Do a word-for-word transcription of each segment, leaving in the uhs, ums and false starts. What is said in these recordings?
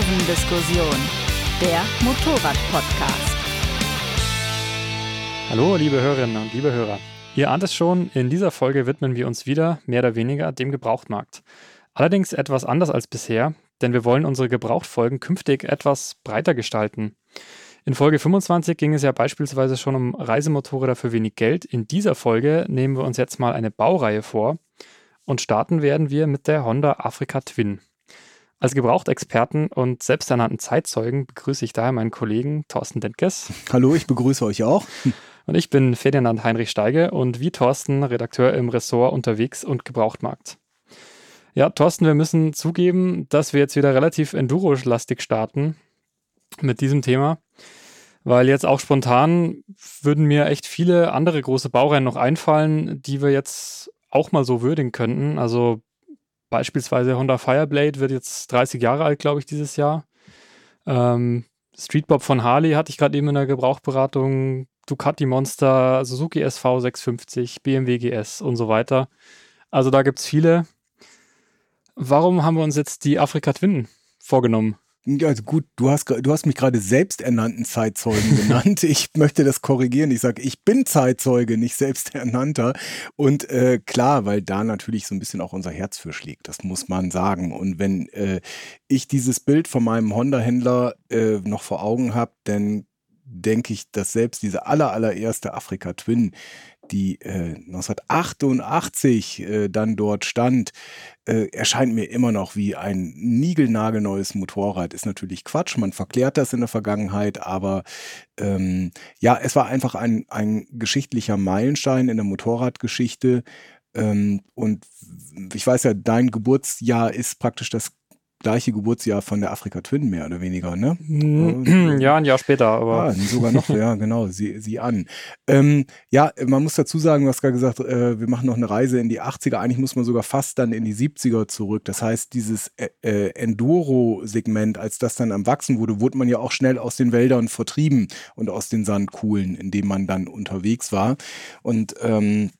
Rasendiskussion, der Motorrad-Podcast. Hallo, liebe Hörerinnen und liebe Hörer. Ihr ahnt es schon, in dieser Folge widmen wir uns wieder, mehr oder weniger, dem Gebrauchtmarkt. Allerdings etwas anders als bisher, denn wir wollen unsere Gebrauchtfolgen künftig etwas breiter gestalten. In Folge fünfundzwanzig ging es ja beispielsweise schon um Reisemotorräder für wenig Geld. In dieser Folge nehmen wir uns jetzt mal eine Baureihe vor und starten werden wir mit der Honda Africa Twin. Als Gebrauchtexperten und selbsternannten Zeitzeugen begrüße ich daher meinen Kollegen Thorsten Dentges. Hallo, ich begrüße euch auch. Und ich bin Ferdinand Heinrich Steige und wie Thorsten Redakteur im Ressort Unterwegs und Gebrauchtmarkt. Ja, Thorsten, wir müssen zugeben, dass wir jetzt wieder relativ Enduro-lastig starten mit diesem Thema, weil jetzt auch spontan würden mir echt viele andere große Baureihen noch einfallen, die wir jetzt auch mal so würdigen könnten. Also beispielsweise Honda Fireblade wird jetzt dreißig Jahre alt, glaube ich, dieses Jahr. Ähm, Streetbob von Harley hatte ich gerade eben in der Gebrauchberatung, Ducati Monster, Suzuki S V sechshundertfünfzig, B M W G S und so weiter. Also da gibt es viele. Warum haben wir uns jetzt die Africa Twin vorgenommen? Ja, also gut, du hast, du hast mich gerade selbsternannten Zeitzeugen genannt. Ich möchte das korrigieren. Ich sage, ich bin Zeitzeuge, nicht selbsternannter. Und äh, klar, weil da natürlich so ein bisschen auch unser Herz für schlägt, das muss man sagen. Und wenn äh, ich dieses Bild von meinem Honda-Händler äh, noch vor Augen habe, dann denke ich, dass selbst diese aller, allererste Africa Twin, die äh, neunzehnhundertachtundachtzig äh, dann dort stand, äh, erscheint mir immer noch wie ein niegelnagelneues Motorrad. Ist natürlich Quatsch, man verklärt das in der Vergangenheit, aber ähm, ja, es war einfach ein, ein geschichtlicher Meilenstein in der Motorradgeschichte. Ähm, und ich weiß ja, dein Geburtsjahr ist praktisch das gleiche Geburtsjahr von der Africa Twin, mehr oder weniger, ne? Ja, ein Jahr später, aber. Ah, sogar noch, ja, genau, sieh, sieh an. Ähm, ja, man muss dazu sagen, du hast gerade gesagt, äh, wir machen noch eine Reise in die achtziger, eigentlich muss man sogar fast dann in die siebziger zurück. Das heißt, dieses äh, Enduro-Segment, als das dann am Wachsen wurde, wurde man ja auch schnell aus den Wäldern vertrieben und aus den Sandkuhlen, in denen man dann unterwegs war. Und ähm,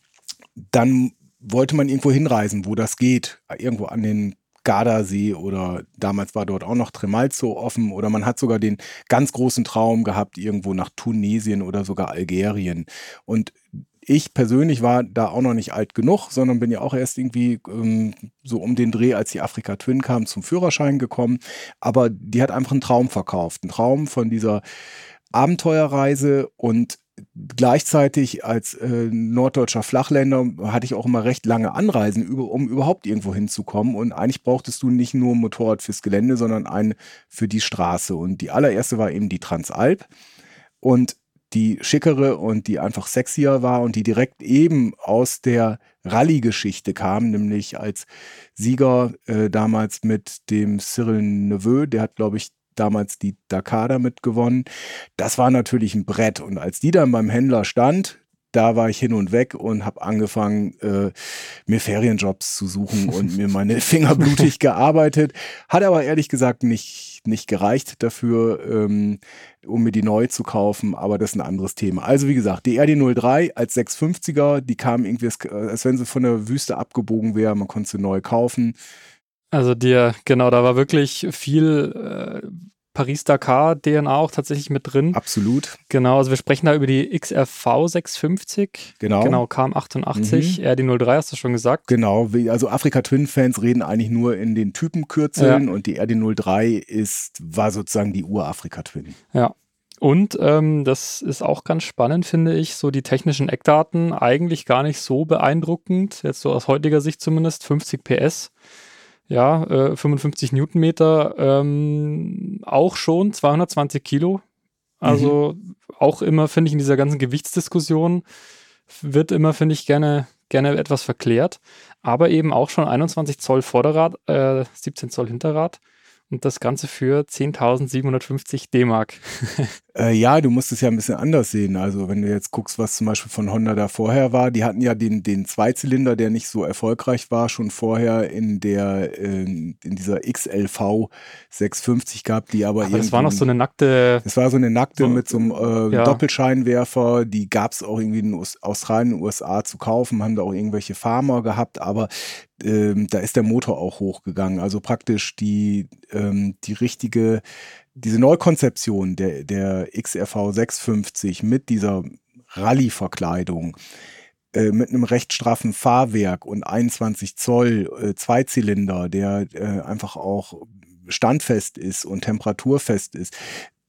dann wollte man irgendwo hinreisen, wo das geht, irgendwo an den Gardasee oder damals war dort auch noch Tremalzo offen oder man hat sogar den ganz großen Traum gehabt, irgendwo nach Tunesien oder sogar Algerien. Und ich persönlich war da auch noch nicht alt genug, sondern bin ja auch erst irgendwie ähm, so um den Dreh, als die Africa Twin kam, zum Führerschein gekommen. Aber die hat einfach einen Traum verkauft, einen Traum von dieser Abenteuerreise. Und gleichzeitig als äh, norddeutscher Flachländer hatte ich auch immer recht lange Anreisen, über, um überhaupt irgendwo hinzukommen. Und eigentlich brauchtest du nicht nur ein Motorrad fürs Gelände, sondern einen für die Straße. Und die allererste war eben die Transalp. Und die schickere und die einfach sexier war und die direkt eben aus der Rallye-Geschichte kam, nämlich als Sieger äh, damals mit dem Cyril Neveu, der hat, glaube ich, damals die Dakar damit gewonnen. Das war natürlich ein Brett. Und als die dann beim Händler stand, da war ich hin und weg und habe angefangen, äh, mir Ferienjobs zu suchen und mir meine Finger blutig gearbeitet. Hat aber ehrlich gesagt nicht, nicht gereicht dafür, ähm, um mir die neu zu kaufen. Aber das ist ein anderes Thema. Also wie gesagt, die R D null drei als sechshundertfünfziger, die kam irgendwie, als wenn sie von der Wüste abgebogen wäre. Man konnte sie neu kaufen. Also dir, genau, da war wirklich viel äh, Paris-Dakar-D N A auch tatsächlich mit drin. Absolut. Genau, also wir sprechen da über die X R V sechshundertfünfzig. Genau. Genau, K M achtundachtzig, mhm. R D null drei hast du schon gesagt. Genau, also Africa Twin-Fans reden eigentlich nur in den Typenkürzeln, ja. Und die R D null drei ist, war sozusagen die Ur-Africa Twin. Ja. Und ähm, das ist auch ganz spannend, finde ich, so die technischen Eckdaten eigentlich gar nicht so beeindruckend, jetzt so aus heutiger Sicht zumindest, fünfzig P S. Ja, äh, fünfundfünfzig Newtonmeter, ähm, auch schon zweihundertzwanzig Kilo. Also mhm. auch immer, finde ich, in dieser ganzen Gewichtsdiskussion wird immer, finde ich, gerne, gerne etwas verklärt. Aber eben auch schon einundzwanzig Zoll Vorderrad, äh, siebzehn Zoll Hinterrad. Und das Ganze für zehntausendsiebenhundertfünfzig D-Mark. Äh, ja, du musst es ja ein bisschen anders sehen. Also wenn du jetzt guckst, was zum Beispiel von Honda da vorher war, die hatten ja den, den Zweizylinder, der nicht so erfolgreich war, schon vorher in der äh, in dieser X L V sechshundertfünfzig gehabt, die aber, aber das war noch so eine nackte... Das war so eine nackte so, mit so einem äh, ja. Doppelscheinwerfer, die gab es auch irgendwie in Australien, U S A zu kaufen, haben da auch irgendwelche Farmer gehabt, aber ähm, da ist der Motor auch hochgegangen. Also praktisch die, ähm, die richtige, diese Neukonzeption der, der X R V sechshundertfünfzig mit dieser Rallye-Verkleidung, äh, mit einem recht straffen Fahrwerk und einundzwanzig Zoll äh, Zweizylinder, der äh, einfach auch standfest ist und temperaturfest ist.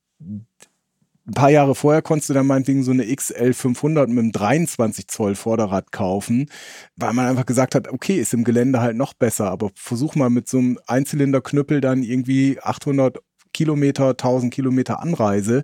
Ein paar Jahre vorher konntest du dann meinetwegen so eine X L fünfhundert mit einem dreiundzwanzig Zoll Vorderrad kaufen, weil man einfach gesagt hat, okay, ist im Gelände halt noch besser, aber versuch mal mit so einem Einzylinderknüppel dann irgendwie achthundert Kilometer, tausend Kilometer Anreise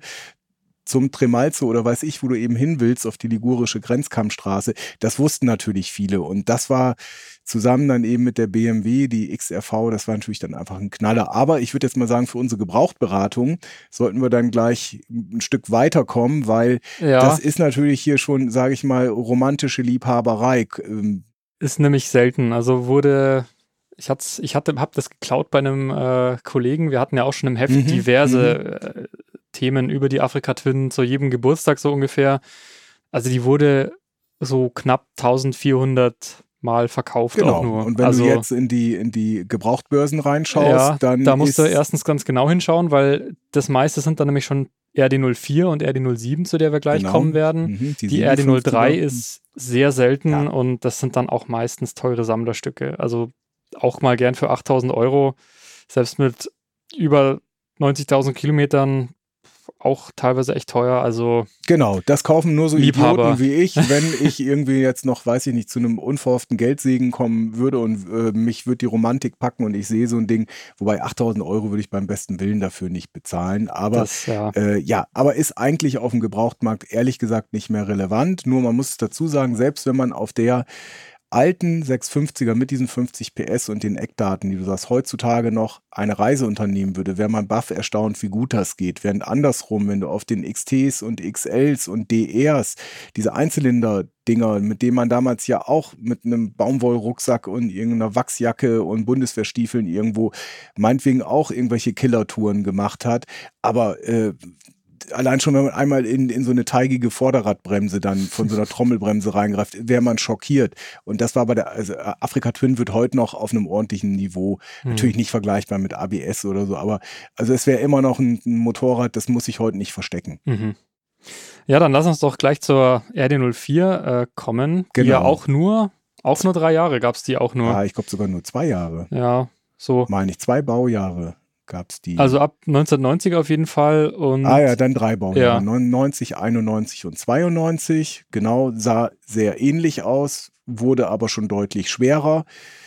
zum Tremalzo oder weiß ich, wo du eben hin willst, auf die ligurische Grenzkammstraße. Das wussten natürlich viele und das war zusammen dann eben mit der B M W, die X R V, das war natürlich dann einfach ein Knaller. Aber ich würde jetzt mal sagen, für unsere Gebrauchtberatung sollten wir dann gleich ein Stück weiterkommen, weil Ja. das ist natürlich hier schon, sage ich mal, romantische Liebhaberei. Ähm, Ist nämlich selten. Also wurde, ich, hat's, ich hatte, hab das geklaut bei einem äh, Kollegen. Wir hatten ja auch schon im Heft Mhm, diverse äh, Themen über die Afrika Twin zu jedem Geburtstag so ungefähr. Also die wurde so knapp eintausendvierhundert Mal verkauft Genau. auch nur. Und wenn also, du jetzt in die, in die Gebrauchtbörsen reinschaust, ja, dann da musst ist du erstens ganz genau hinschauen, weil das meiste sind dann nämlich schon R D null vier und R D null sieben, zu der wir gleich genau, kommen werden. mhm, Die R D null drei siebenundfünfziger. ist sehr selten Ja. und das sind dann auch meistens teure Sammlerstücke. Also auch mal gern für achttausend Euro, selbst mit über neunzigtausend Kilometern, auch teilweise echt teuer. Also Genau, das kaufen nur so Liebhaber. Idioten wie ich, wenn ich irgendwie jetzt noch, weiß ich nicht, zu einem unverhofften Geldsegen kommen würde und äh, mich würde die Romantik packen und ich sehe so ein Ding, wobei achttausend Euro würde ich beim besten Willen dafür nicht bezahlen, aber das, ja. äh, ja, aber ist eigentlich auf dem Gebrauchtmarkt ehrlich gesagt nicht mehr relevant, nur man muss es dazu sagen, selbst wenn man auf der alten sechshundertfünfziger mit diesen fünfzig P S und den Eckdaten, die du sagst, heutzutage noch eine Reise unternehmen würde, wäre man baff erstaunt, wie gut das geht. Während andersrum, wenn du auf den X Ts und X Ls und D Rs, diese Einzylinder-Dinger, mit denen man damals ja auch mit einem Baumwollrucksack und irgendeiner Wachsjacke und Bundeswehrstiefeln irgendwo meinetwegen auch irgendwelche Killertouren gemacht hat, aber äh, allein schon, wenn man einmal in, in so eine teigige Vorderradbremse dann von so einer Trommelbremse reingreift, wäre man schockiert. Und das war bei der, also Afrika Twin wird heute noch auf einem ordentlichen Niveau, Hm. natürlich nicht vergleichbar mit A B S oder so, aber also es wäre immer noch ein, ein Motorrad, das muss ich heute nicht verstecken. Mhm. Ja, dann lass uns doch gleich zur R D null vier äh, kommen. Die Genau. ja auch nur, auch nur drei Jahre gab es die auch nur. Ah, ich glaube sogar nur zwei Jahre. Ja, so. Meine ich, zwei Baujahre gab es die. Also ab neunzehnhundertneunzig auf jeden Fall. Und Ah ja, dann drei Baujahre. Ja. neunundneunzig, einundneunzig und zweiundneunzig. Genau, sah sehr ähnlich aus, wurde aber schon deutlich schwerer.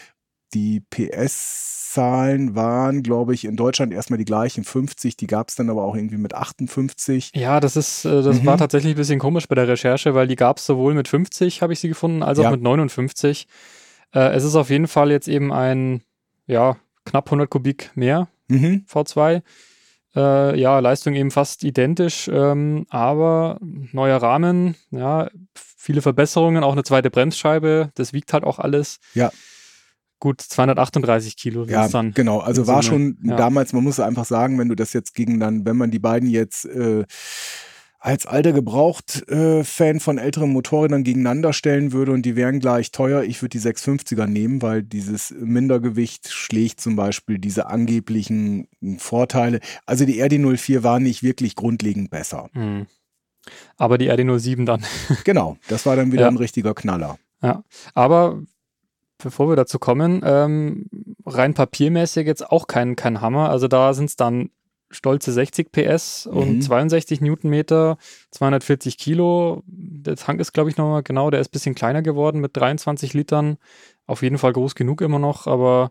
Die P S-Zahlen waren, glaube ich, in Deutschland erstmal die gleichen, fünfzig. Die gab es dann aber auch irgendwie mit achtundfünfzig. Ja, das ist, äh, das Mhm. war tatsächlich ein bisschen komisch bei der Recherche, weil die gab es sowohl mit fünfzig, habe ich sie gefunden, als auch Ja. mit neunundfünfzig. Äh, es ist auf jeden Fall jetzt eben ein, ja, knapp hundert Kubik mehr Mhm. V zwei. Äh, ja, Leistung eben fast identisch, ähm, aber neuer Rahmen, ja, viele Verbesserungen, auch eine zweite Bremsscheibe, das wiegt halt auch alles. Ja. Gut, zweihundertachtunddreißig Kilo sind Ja, es dann. genau. Also in war Summe. schon Ja. damals, man muss einfach sagen, wenn du das jetzt gegen dann, wenn man die beiden jetzt äh, als alter Gebraucht-Fan von älteren Motorrädern gegeneinander stellen würde und die wären gleich teuer, ich würde die sechshundertfünfziger nehmen, weil dieses Mindergewicht schlägt zum Beispiel diese angeblichen Vorteile. Also die R D null vier war nicht wirklich grundlegend besser. Hm. Aber die R D null sieben dann. Genau, das war dann wieder Ja. ein richtiger Knaller. Ja, aber bevor wir dazu kommen, ähm, rein papiermäßig jetzt auch kein, kein Hammer. Also da sind es dann stolze sechzig P S und Mhm. zweiundsechzig Newtonmeter, zweihundertvierzig Kilo. Der Tank ist, glaube ich, nochmal genau, der ist ein bisschen kleiner geworden mit dreiundzwanzig Litern. Auf jeden Fall groß genug immer noch, aber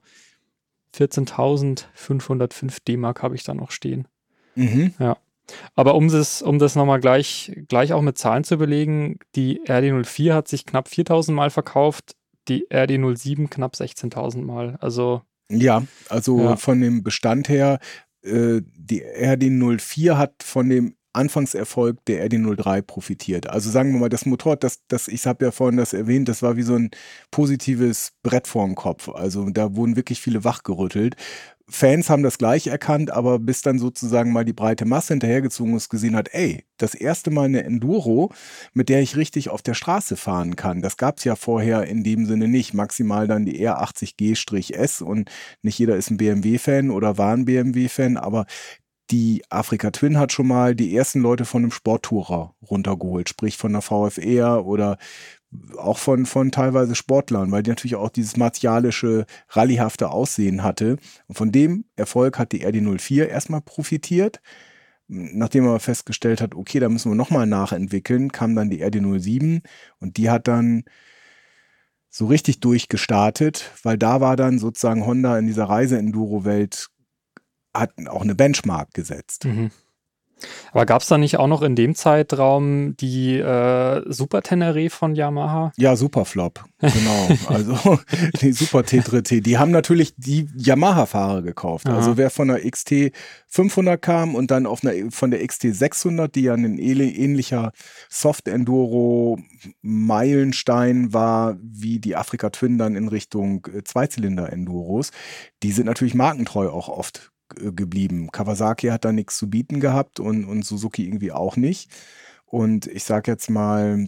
vierzehntausendfünfhundertfünf D-Mark habe ich da noch stehen. Mhm. Aber um das, um das nochmal gleich, gleich auch mit Zahlen zu belegen, die R D null vier hat sich knapp viertausend Mal verkauft, die R D null sieben knapp sechzehntausend Mal. Also Ja, also Ja. von dem Bestand her, äh, die R D null vier hat von dem Anfangserfolg der R D null drei profitiert. Also sagen wir mal, das Motorrad, das, das ich habe ja vorhin das erwähnt, das war wie so ein positives Brett vorm Kopf. Also da wurden wirklich viele wachgerüttelt. Fans haben das gleich erkannt, aber bis dann sozusagen mal die breite Masse hinterhergezogen ist, gesehen hat, ey, das erste Mal eine Enduro, mit der ich richtig auf der Straße fahren kann. Das gab es ja vorher in dem Sinne nicht. Maximal dann die R achtzig G S und nicht jeder ist ein B M W-Fan oder war ein B M W-Fan, aber die Afrika Twin hat schon mal die ersten Leute von einem Sporttourer runtergeholt, sprich von der V F R oder auch von, von teilweise Sportlern, weil die natürlich auch dieses martialische, rallyhafte Aussehen hatte. Und von dem Erfolg hat die R D null vier erstmal profitiert. Nachdem man festgestellt hat, okay, da müssen wir nochmal nachentwickeln, kam dann die R D null sieben und die hat dann so richtig durchgestartet, weil da war dann sozusagen Honda in dieser Reise-Enduro-Welt, hat auch eine Benchmark gesetzt. Mhm. Aber gab es da nicht auch noch in dem Zeitraum die äh, Super Tenere von Yamaha? Ja, Superflop, genau. Also die Super T drei T, die haben natürlich die Yamaha-Fahrer gekauft. Aha. Also wer von der X T fünfhundert kam und dann auf einer, von der X T sechshundert, die ja ein ähnlicher Soft-Enduro-Meilenstein war, wie die Afrika Twin dann in Richtung Zweizylinder-Enduros, die sind natürlich markentreu auch oft geblieben. Kawasaki hat da nichts zu bieten gehabt und, und Suzuki irgendwie auch nicht. Und ich sag jetzt mal,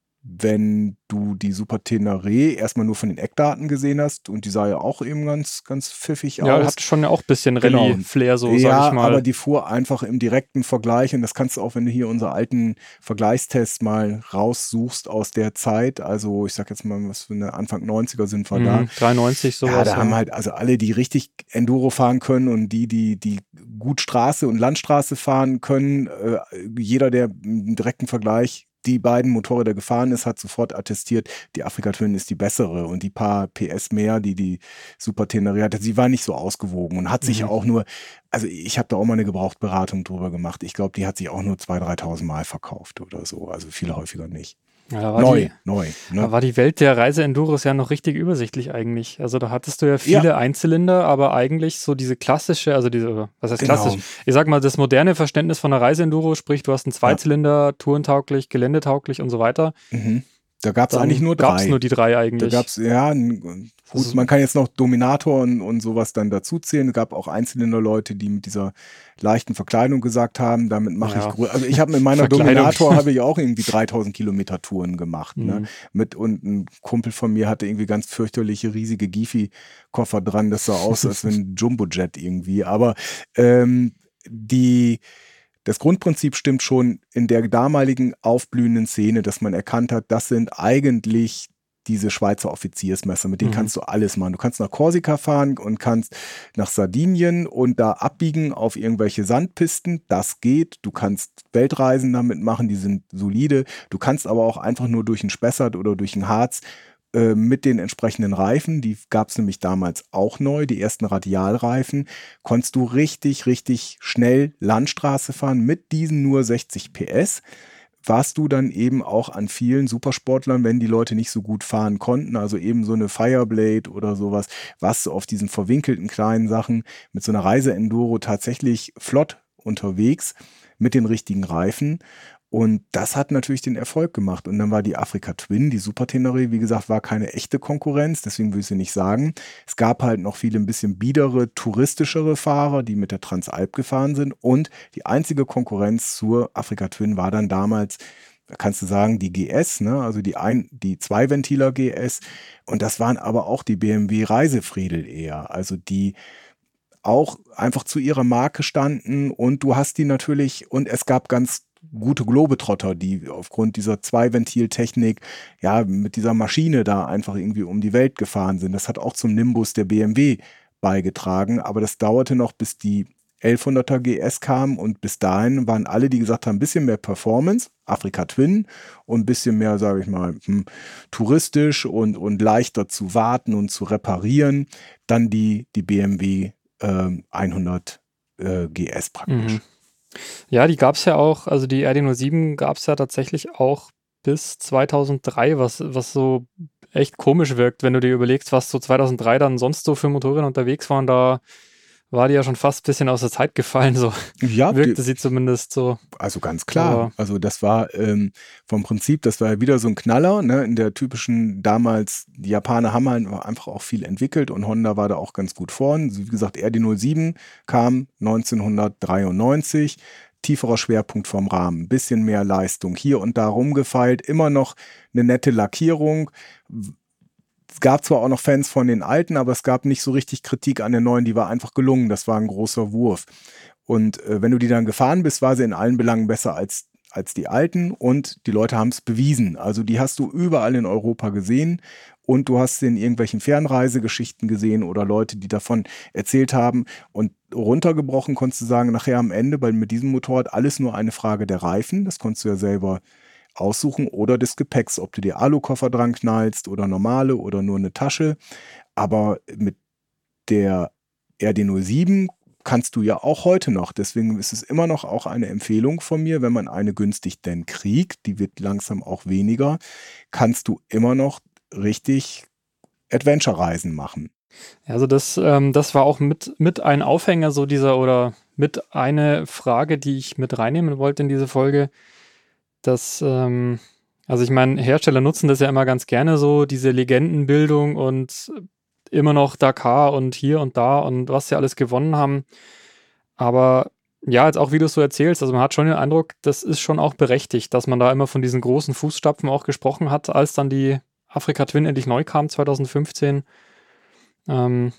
wenn du die Super Tenere erstmal nur von den Eckdaten gesehen hast und die sah ja auch eben ganz, ganz pfiffig ja, aus. Ja, hat schon auch ein bisschen Rallye-Flair, so ja, sag ich mal. Aber die fuhr einfach im direkten Vergleich und das kannst du auch, wenn du hier unsere alten Vergleichstests mal raussuchst aus der Zeit, also ich sag jetzt mal, was für eine Anfang neunziger sind wir mhm, da. dreiundneunzig sowas. Ja, da ja. haben halt also alle, die richtig Enduro fahren können und die, die, die gut Straße und Landstraße fahren können, äh, jeder, der im direkten Vergleich die beiden Motorräder gefahren ist, hat sofort attestiert, die Afrika Twin ist die bessere und die paar P S mehr, die die Super Tenere hatte, sie war nicht so ausgewogen und hat sich mhm. auch nur, also ich habe da auch mal eine Gebrauchtberatung drüber gemacht, ich glaube, die hat sich auch nur zweitausend, dreitausend Mal verkauft oder so, also viel häufiger nicht. Ja, neu, die, neu. Ne? Da war die Welt der Reise-Enduros ja noch richtig übersichtlich eigentlich. Also da hattest du ja viele ja. Einzylinder, aber eigentlich so diese klassische, also diese, was heißt genau. klassisch? Ich sag mal, das moderne Verständnis von einer Reise-Enduro, sprich du hast einen Zweizylinder, ja. tourentauglich, geländetauglich und so weiter. Mhm. Da gab es eigentlich nur drei. Gab es nur die drei eigentlich. Da gab es, ja, gut, also, man kann jetzt noch Dominator und, und sowas dann dazu zählen. Es gab auch Einzylinder-Leute, die mit dieser leichten Verkleidung gesagt haben, damit mache ja. ich, also ich habe mit meiner Dominator habe ich auch irgendwie dreitausend Kilometer Touren gemacht. Mhm. Ne? Mit, und ein Kumpel von mir hatte irgendwie ganz fürchterliche, riesige Gifi-Koffer dran. Das sah aus, als wenn ein Jumbojet irgendwie. Aber ähm, die Das Grundprinzip stimmt schon in der damaligen aufblühenden Szene, dass man erkannt hat, das sind eigentlich diese Schweizer Offiziersmesser, mit denen mhm. kannst du alles machen. Du kannst nach Korsika fahren und kannst nach Sardinien und da abbiegen auf irgendwelche Sandpisten. Das geht. Du kannst Weltreisen damit machen, die sind solide. Du kannst aber auch einfach nur durch ein Spessart oder durch ein Harz äh, mit den entsprechenden Reifen, die gab es nämlich damals auch neu, die ersten Radialreifen, konntest du richtig, richtig schnell Landstraße fahren mit diesen nur sechzig P S. Warst du dann eben auch an vielen Supersportlern, wenn die Leute nicht so gut fahren konnten, also eben so eine Fireblade oder sowas, warst du auf diesen verwinkelten kleinen Sachen mit so einer Reise-Enduro tatsächlich flott unterwegs mit den richtigen Reifen. Und das hat natürlich den Erfolg gemacht. Und dann war die Afrika Twin, die Super Tenere, wie gesagt, war keine echte Konkurrenz, deswegen will ich sie nicht sagen. Es gab halt noch viele ein bisschen biedere, touristischere Fahrer, die mit der Transalp gefahren sind. Und die einzige Konkurrenz zur Afrika Twin war dann damals, da kannst du sagen, die G S, ne? Also die, ein, die Zwei-Ventiler G S. Und das waren aber auch die B M W Reisefriedel eher. Also die auch einfach zu ihrer Marke standen. Und du hast die natürlich, und es gab ganz gute Globetrotter, die aufgrund dieser Zwei-Ventil-Technik ja mit dieser Maschine da einfach irgendwie um die Welt gefahren sind. Das hat auch zum Nimbus der B M W beigetragen, aber das dauerte noch, bis die elfhunderter G S kam und bis dahin waren alle, die gesagt haben, ein bisschen mehr Performance, Afrika Twin und ein bisschen mehr, sage ich mal, hm, touristisch und, und leichter zu warten und zu reparieren, dann die, die B M W äh, hundert äh, G S praktisch. Mhm. Ja, die gab es ja auch, also die R D null sieben gab es ja tatsächlich auch bis zweitausenddrei, was, was so echt komisch wirkt, wenn du dir überlegst, was so zweitausenddrei dann sonst so für Motorräder unterwegs waren. Da war die ja schon fast ein bisschen aus der Zeit gefallen, so Ja, wirkte die, sie zumindest so. also ganz klar. Aber Also das war ähm, vom Prinzip, das war ja wieder so ein Knaller, ne? In der typischen, damals, die Japaner haben halt einfach auch viel entwickelt und Honda war da auch ganz gut vorn. Wie gesagt, R D null sieben kam neunzehnhundertdreiundneunzig, tieferer Schwerpunkt vom Rahmen, bisschen mehr Leistung, hier und da rumgefeilt, immer noch eine nette Lackierung. Es gab zwar auch noch Fans von den alten, aber es gab nicht so richtig Kritik an der neuen, die war einfach gelungen, das war ein großer Wurf. Und äh, wenn du die dann gefahren bist, war sie in allen Belangen besser als, als die alten und die Leute haben es bewiesen. Also die hast du überall in Europa gesehen und du hast sie in irgendwelchen Fernreisegeschichten gesehen oder Leute, die davon erzählt haben. Und runtergebrochen konntest du sagen, nachher am Ende, weil mit diesem Motorrad alles nur eine Frage der Reifen, das konntest du ja selber aussuchen, oder des Gepäcks, ob du dir Alukoffer dran knallst oder normale oder nur eine Tasche. Aber mit der R D null sieben kannst du ja auch heute noch. Deswegen ist es immer noch auch eine Empfehlung von mir, wenn man eine günstig denn kriegt, die wird langsam auch weniger, kannst du immer noch richtig Adventure-Reisen machen. Also das, ähm, das war auch mit, mit ein Aufhänger so dieser oder mit eine Frage, die ich mit reinnehmen wollte in diese Folge, dass, ähm, also ich meine, Hersteller nutzen das ja immer ganz gerne so, diese Legendenbildung und immer noch Dakar und hier und da und was sie alles gewonnen haben. Aber ja, jetzt auch wie du es so erzählst, also man hat schon den Eindruck, das ist schon auch berechtigt, dass man da immer von diesen großen Fußstapfen auch gesprochen hat, als dann die Afrika Twin endlich neu kam, zwanzig fünfzehn. Ähm,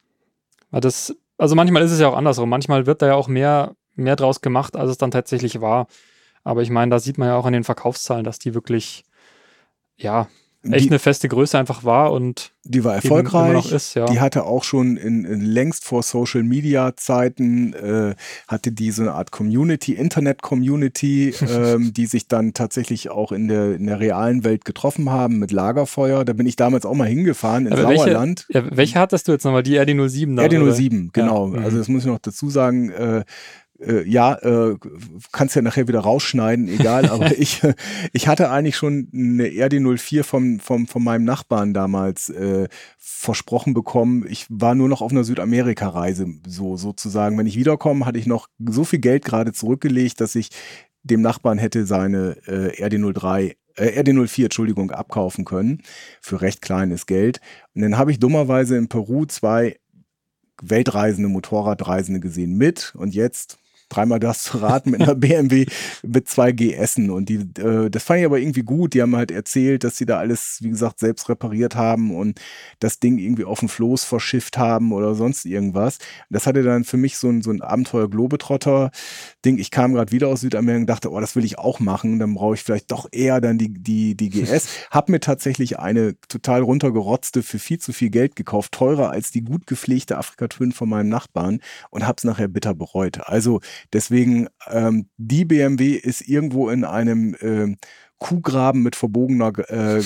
das, also manchmal ist es ja auch andersrum. Manchmal wird da ja auch mehr, mehr draus gemacht, als es dann tatsächlich war. Aber ich meine, da sieht man ja auch an den Verkaufszahlen, dass die wirklich, ja, echt Die, eine feste Größe einfach war und die war eben immer erfolgreich. noch ist, ja. Die hatte auch schon in, in längst vor Social Media Zeiten, äh, hatte die so eine Art Community, Internet-Community, ähm, die sich dann tatsächlich auch in der, in der realen Welt getroffen haben mit Lagerfeuer. Da bin ich damals auch mal hingefahren ins Aber welche, Sauerland. ja, welche hattest du jetzt nochmal? Die R D null sieben? Da, R D null oder? sieben, genau. Ja. Also das muss ich noch dazu sagen. Äh, Äh, ja, äh, kannst ja nachher wieder rausschneiden, egal, aber ich, ich hatte eigentlich schon eine R D null vier vom, vom, von meinem Nachbarn damals äh, versprochen bekommen. Ich war nur noch auf einer Südamerika-Reise, so sozusagen. Wenn ich wiederkomme, hatte ich noch so viel Geld gerade zurückgelegt, dass ich dem Nachbarn hätte seine äh, R D null drei äh, R D null vier, Entschuldigung, abkaufen können für recht kleines Geld. Und dann habe ich dummerweise in Peru zwei weltreisende Motorradreisende gesehen mit und jetzt dreimal das zu raten mit einer B M W mit zwei G S'en und die, äh, das fand ich aber irgendwie gut, die haben halt erzählt, dass sie da alles, wie gesagt, selbst repariert haben und das Ding irgendwie auf dem Floß verschifft haben oder sonst irgendwas. Das hatte dann für mich so ein, so ein Abenteuer-Globetrotter-Ding. Ich kam gerade wieder aus Südamerika und dachte, oh, das will ich auch machen, dann brauche ich vielleicht doch eher dann die, die, die G S. Hab mir tatsächlich eine total runtergerotzte für viel zu viel Geld gekauft, teurer als die gut gepflegte Afrika Twin von meinem Nachbarn und hab's nachher bitter bereut. Also deswegen, ähm, die B M W ist irgendwo in einem ähm, Kuhgraben mit verbogener äh,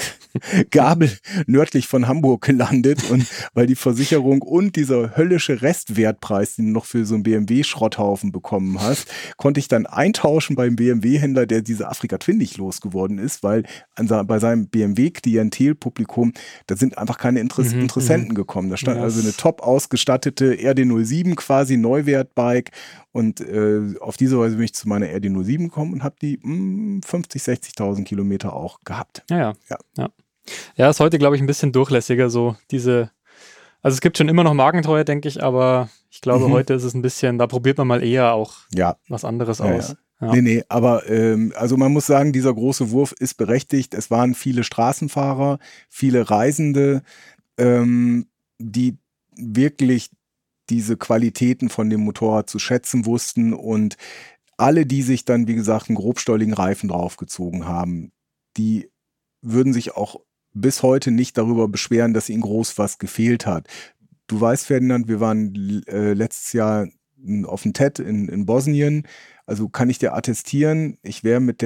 Gabel nördlich von Hamburg gelandet und weil die Versicherung und dieser höllische Restwertpreis, den du noch für so einen B M W-Schrotthaufen bekommen hast, konnte ich dann eintauschen beim B M W-Händler, der diese Afrika Twin nicht losgeworden ist, weil an, bei seinem B M W-Klientelpublikum, da sind einfach keine Interess- Mhm, Interessenten mhm. gekommen. Da stand Ja, also eine das- top ausgestattete R D null sieben quasi Neuwertbike und äh, auf diese Weise bin ich zu meiner R D null sieben gekommen und habe die mh, fünfzig, sechzigtausend Kilometer auch gehabt. Ja, ja. Ja. Ja, ja ist heute, glaube ich, ein bisschen durchlässiger so diese, also es gibt schon immer noch Markentreue, denke ich, aber ich glaube, Mhm. heute ist es ein bisschen, da probiert man mal eher auch Ja, was anderes Ja, aus. Ja. nee, nee, aber ähm, also man muss sagen, dieser große Wurf ist berechtigt. Es waren viele Straßenfahrer, viele Reisende, ähm, die wirklich diese Qualitäten von dem Motorrad zu schätzen wussten und alle, die sich dann, wie gesagt, einen grobstolligen Reifen draufgezogen haben, die würden sich auch bis heute nicht darüber beschweren, dass ihnen groß was gefehlt hat. Du weißt, Ferdinand, wir waren äh, letztes Jahr auf dem T E D in, in Bosnien, also kann ich dir attestieren, ich wäre mit der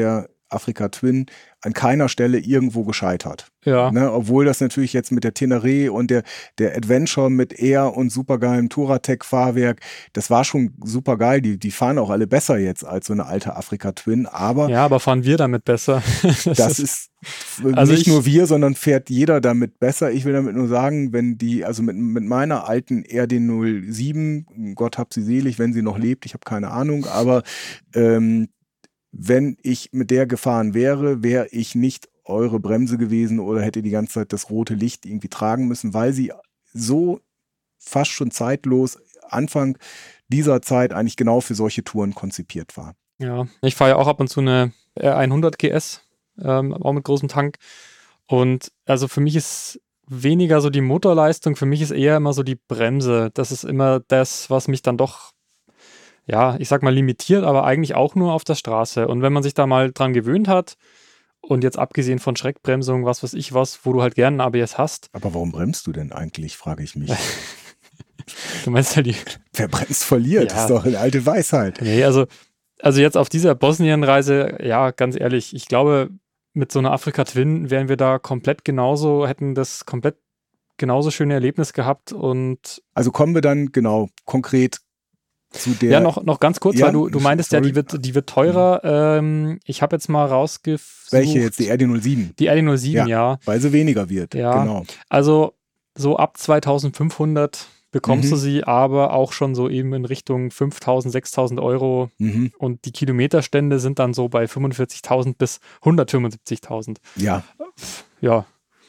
Afrika Twin an keiner Stelle irgendwo gescheitert. Ja. Ne, obwohl das natürlich jetzt mit der Tenere und der, der Adventure mit Air und supergeilem Touratec-Fahrwerk, das war schon super geil. Die, die fahren auch alle besser jetzt als so eine alte Afrika Twin. Aber ja, aber fahren wir damit besser? das, das ist, ist also nicht ich, nur wir, sondern fährt jeder damit besser. Ich will damit nur sagen, wenn die, also mit, mit meiner alten R D null sieben, Gott hab sie selig, wenn sie noch lebt, ich habe keine Ahnung, aber ähm, wenn ich mit der gefahren wäre, wäre ich nicht eure Bremse gewesen oder hätte die ganze Zeit das rote Licht irgendwie tragen müssen, weil sie so fast schon zeitlos Anfang dieser Zeit eigentlich genau für solche Touren konzipiert war. Ja, ich fahre ja auch ab und zu eine R hundert G S, ähm, auch mit großem Tank. Und also für mich ist weniger so die Motorleistung, für mich ist eher immer so die Bremse. Das ist immer das, was mich dann doch, ja, ich sag mal limitiert, aber eigentlich auch nur auf der Straße. Und wenn man sich da mal dran gewöhnt hat, und jetzt abgesehen von Schreckbremsung, was weiß ich was, wo du halt gerne ein A B S hast. Aber warum bremst du denn eigentlich, frage ich mich. Du meinst ja die... Wer bremst, verliert. Ja. Das ist doch eine alte Weisheit. Nee, also, also jetzt auf dieser Bosnien-Reise, ja, ganz ehrlich, ich glaube, mit so einer Afrika Twin wären wir da komplett genauso, hätten das komplett genauso schöne Erlebnis gehabt und... Also kommen wir dann, genau, konkret zu der... Ja, noch, noch ganz kurz, ja, weil du, du meintest sorry. ja, die wird, die wird teurer. Ähm, ich habe jetzt mal rausgesucht... Welche jetzt? Die R D null sieben? Die R D null sieben, ja. ja. Weil sie weniger wird, ja. genau. Also so ab zweitausendfünfhundert bekommst mhm. du sie, aber auch schon so eben in Richtung fünftausend, sechstausend Euro. Mhm. Und die Kilometerstände sind dann so bei fünfundvierzigtausend bis hundertfünfundsiebzigtausend. Ja. Ja.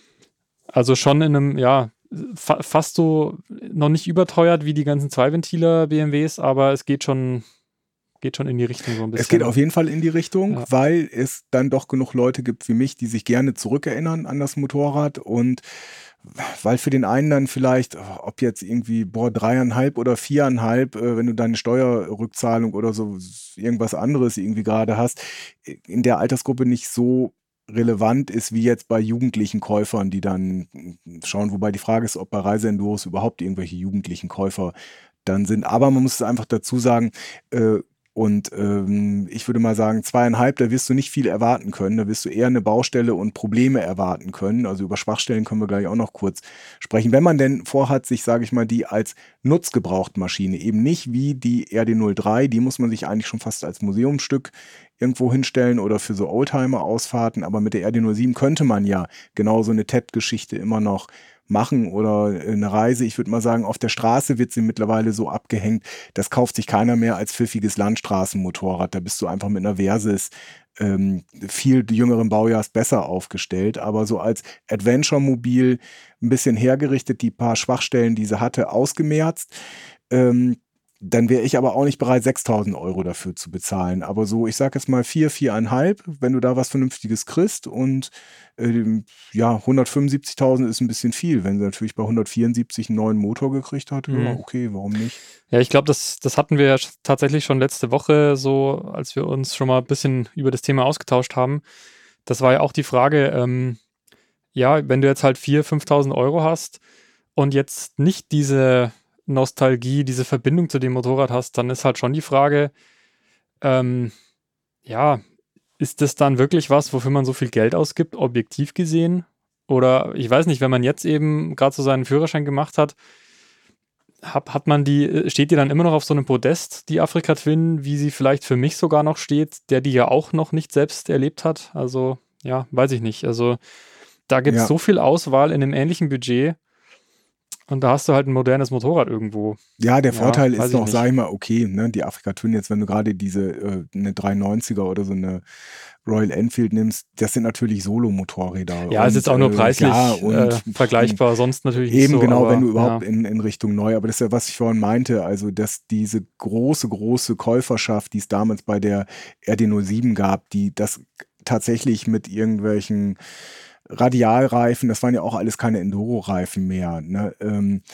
Also schon in einem, ja... Fa- fast so noch nicht überteuert wie die ganzen Zweiventiler B M Ws, aber es geht schon, geht schon in die Richtung so ein bisschen. Es geht auf jeden Fall in die Richtung, ja. weil es dann doch genug Leute gibt wie mich, die sich gerne zurückerinnern an das Motorrad und weil für den einen dann vielleicht, ob jetzt irgendwie, boah, dreieinhalb oder viereinhalb, äh, wenn du deine Steuerrückzahlung oder so irgendwas anderes irgendwie gerade hast, in der Altersgruppe nicht so relevant ist, wie jetzt bei jugendlichen Käufern, die dann schauen, wobei die Frage ist, ob bei Reiseenduros überhaupt irgendwelche jugendlichen Käufer dann sind. Aber man muss es einfach dazu sagen, äh, und ähm, ich würde mal sagen, zweieinhalb, da wirst du nicht viel erwarten können, da wirst du eher eine Baustelle und Probleme erwarten können. Also über Schwachstellen können wir gleich auch noch kurz sprechen. Wenn man denn vorhat, sich, sage ich mal, die als Nutzgebrauchtmaschine, eben nicht wie die R D null drei, die muss man sich eigentlich schon fast als Museumsstück irgendwo hinstellen oder für so Oldtimer-Ausfahrten, aber mit der R D null sieben könnte man ja genau so eine T E D-Geschichte immer noch machen oder eine Reise. Ich würde mal sagen, auf der Straße wird sie mittlerweile so abgehängt, das kauft sich keiner mehr als pfiffiges Landstraßenmotorrad. Da bist du einfach mit einer Versys ähm, viel jüngeren Baujahrs besser aufgestellt, aber so als Adventure-Mobil ein bisschen hergerichtet, die paar Schwachstellen, die sie hatte, ausgemerzt. Ähm, Dann wäre ich aber auch nicht bereit, sechstausend Euro dafür zu bezahlen. Aber so, ich sage jetzt mal vier, viereinhalb, wenn du da was Vernünftiges kriegst. Und äh, ja, hundertfünfundsiebzigtausend ist ein bisschen viel. Wenn sie natürlich bei hundertvierundsiebzig einen neuen Motor gekriegt hat, mhm. ja, okay, warum nicht? Ja, ich glaube, das, das hatten wir ja tatsächlich schon letzte Woche so, als wir uns schon mal ein bisschen über das Thema ausgetauscht haben. Das war ja auch die Frage, ähm, ja, wenn du jetzt halt viertausend, fünftausend Euro hast und jetzt nicht diese Nostalgie, diese Verbindung zu dem Motorrad hast, dann ist halt schon die Frage, ähm, ja, ist das dann wirklich was, wofür man so viel Geld ausgibt, objektiv gesehen? Oder ich weiß nicht, wenn man jetzt eben gerade so seinen Führerschein gemacht hat, hat, hat man die, steht die dann immer noch auf so einem Podest, die Afrika Twin, wie sie vielleicht für mich sogar noch steht, der die ja auch noch nicht selbst erlebt hat? Also, ja, weiß ich nicht. Also, da gibt es ja so viel Auswahl in einem ähnlichen Budget. Und da hast du halt ein modernes Motorrad irgendwo. Ja, der Vorteil ja, ist noch, sag ich mal, okay, ne, die Afrika Twin jetzt, wenn du gerade diese äh, eine dreihundertneunziger oder so eine Royal Enfield nimmst, das sind natürlich Solo-Motorräder. Ja, ist jetzt auch nur preislich äh, ja, und, äh, vergleichbar, sonst natürlich nicht eben so. Eben genau, aber, wenn du überhaupt ja. in, in Richtung neu, aber das ist ja, was ich vorhin meinte, also dass diese große, große Käuferschaft, die es damals bei der R D null sieben gab, die das tatsächlich mit irgendwelchen Radialreifen, das waren ja auch alles keine Enduro-Reifen mehr, ne? ähm,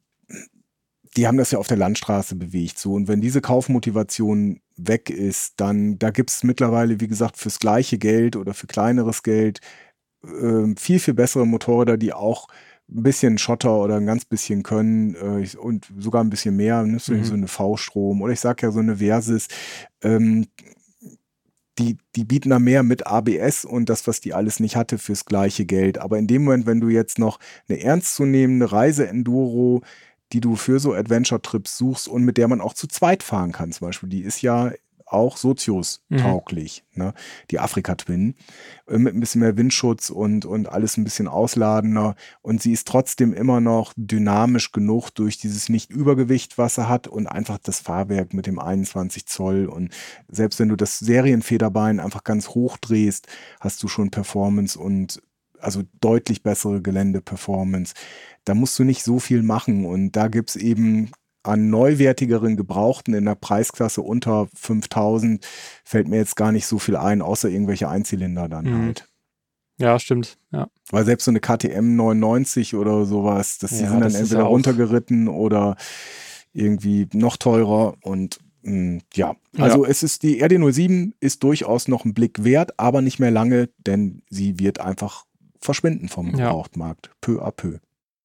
die haben das ja auf der Landstraße bewegt, so, und wenn diese Kaufmotivation weg ist, dann, da gibt es mittlerweile, wie gesagt, fürs gleiche Geld oder für kleineres Geld äh, viel, viel bessere Motorräder, die auch ein bisschen Schotter oder ein ganz bisschen können äh, und sogar ein bisschen mehr, ne? So, mhm. so eine V-Strom oder ich sag ja so eine Versys, ähm, die, die bieten da mehr mit A B S und das, was die alles nicht hatte, fürs gleiche Geld. Aber in dem Moment, wenn du jetzt noch eine ernstzunehmende Reise-Enduro, die du für so Adventure-Trips suchst und mit der man auch zu zweit fahren kann, zum Beispiel, die ist ja auch Sozius-tauglich, mhm. ne? Die Afrika Twin, mit ein bisschen mehr Windschutz und, und alles ein bisschen ausladender, und sie ist trotzdem immer noch dynamisch genug durch dieses Nicht-Übergewicht, was sie hat, und einfach das Fahrwerk mit dem einundzwanzig Zoll, und selbst wenn du das Serienfederbein einfach ganz hoch drehst, hast du schon Performance und also deutlich bessere Gelände-Performance. Da musst du nicht so viel machen, und da gibt es eben an neuwertigeren Gebrauchten in der Preisklasse unter fünftausend fällt mir jetzt gar nicht so viel ein, außer irgendwelche Einzylinder dann mhm. halt. Ja, stimmt. Ja. Weil selbst so eine K T M neunundneunzig oder sowas, das, die ja, sind dann das entweder ja runtergeritten oder irgendwie noch teurer, und mh, ja, also ja. es ist, die R D null sieben ist durchaus noch ein Blick wert, aber nicht mehr lange, denn sie wird einfach verschwinden vom Gebrauchtmarkt, ja. peu à peu.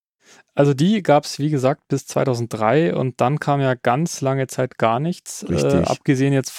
Also die gab es, wie gesagt, bis zweitausenddrei, und dann kam ja ganz lange Zeit gar nichts. Äh, abgesehen jetzt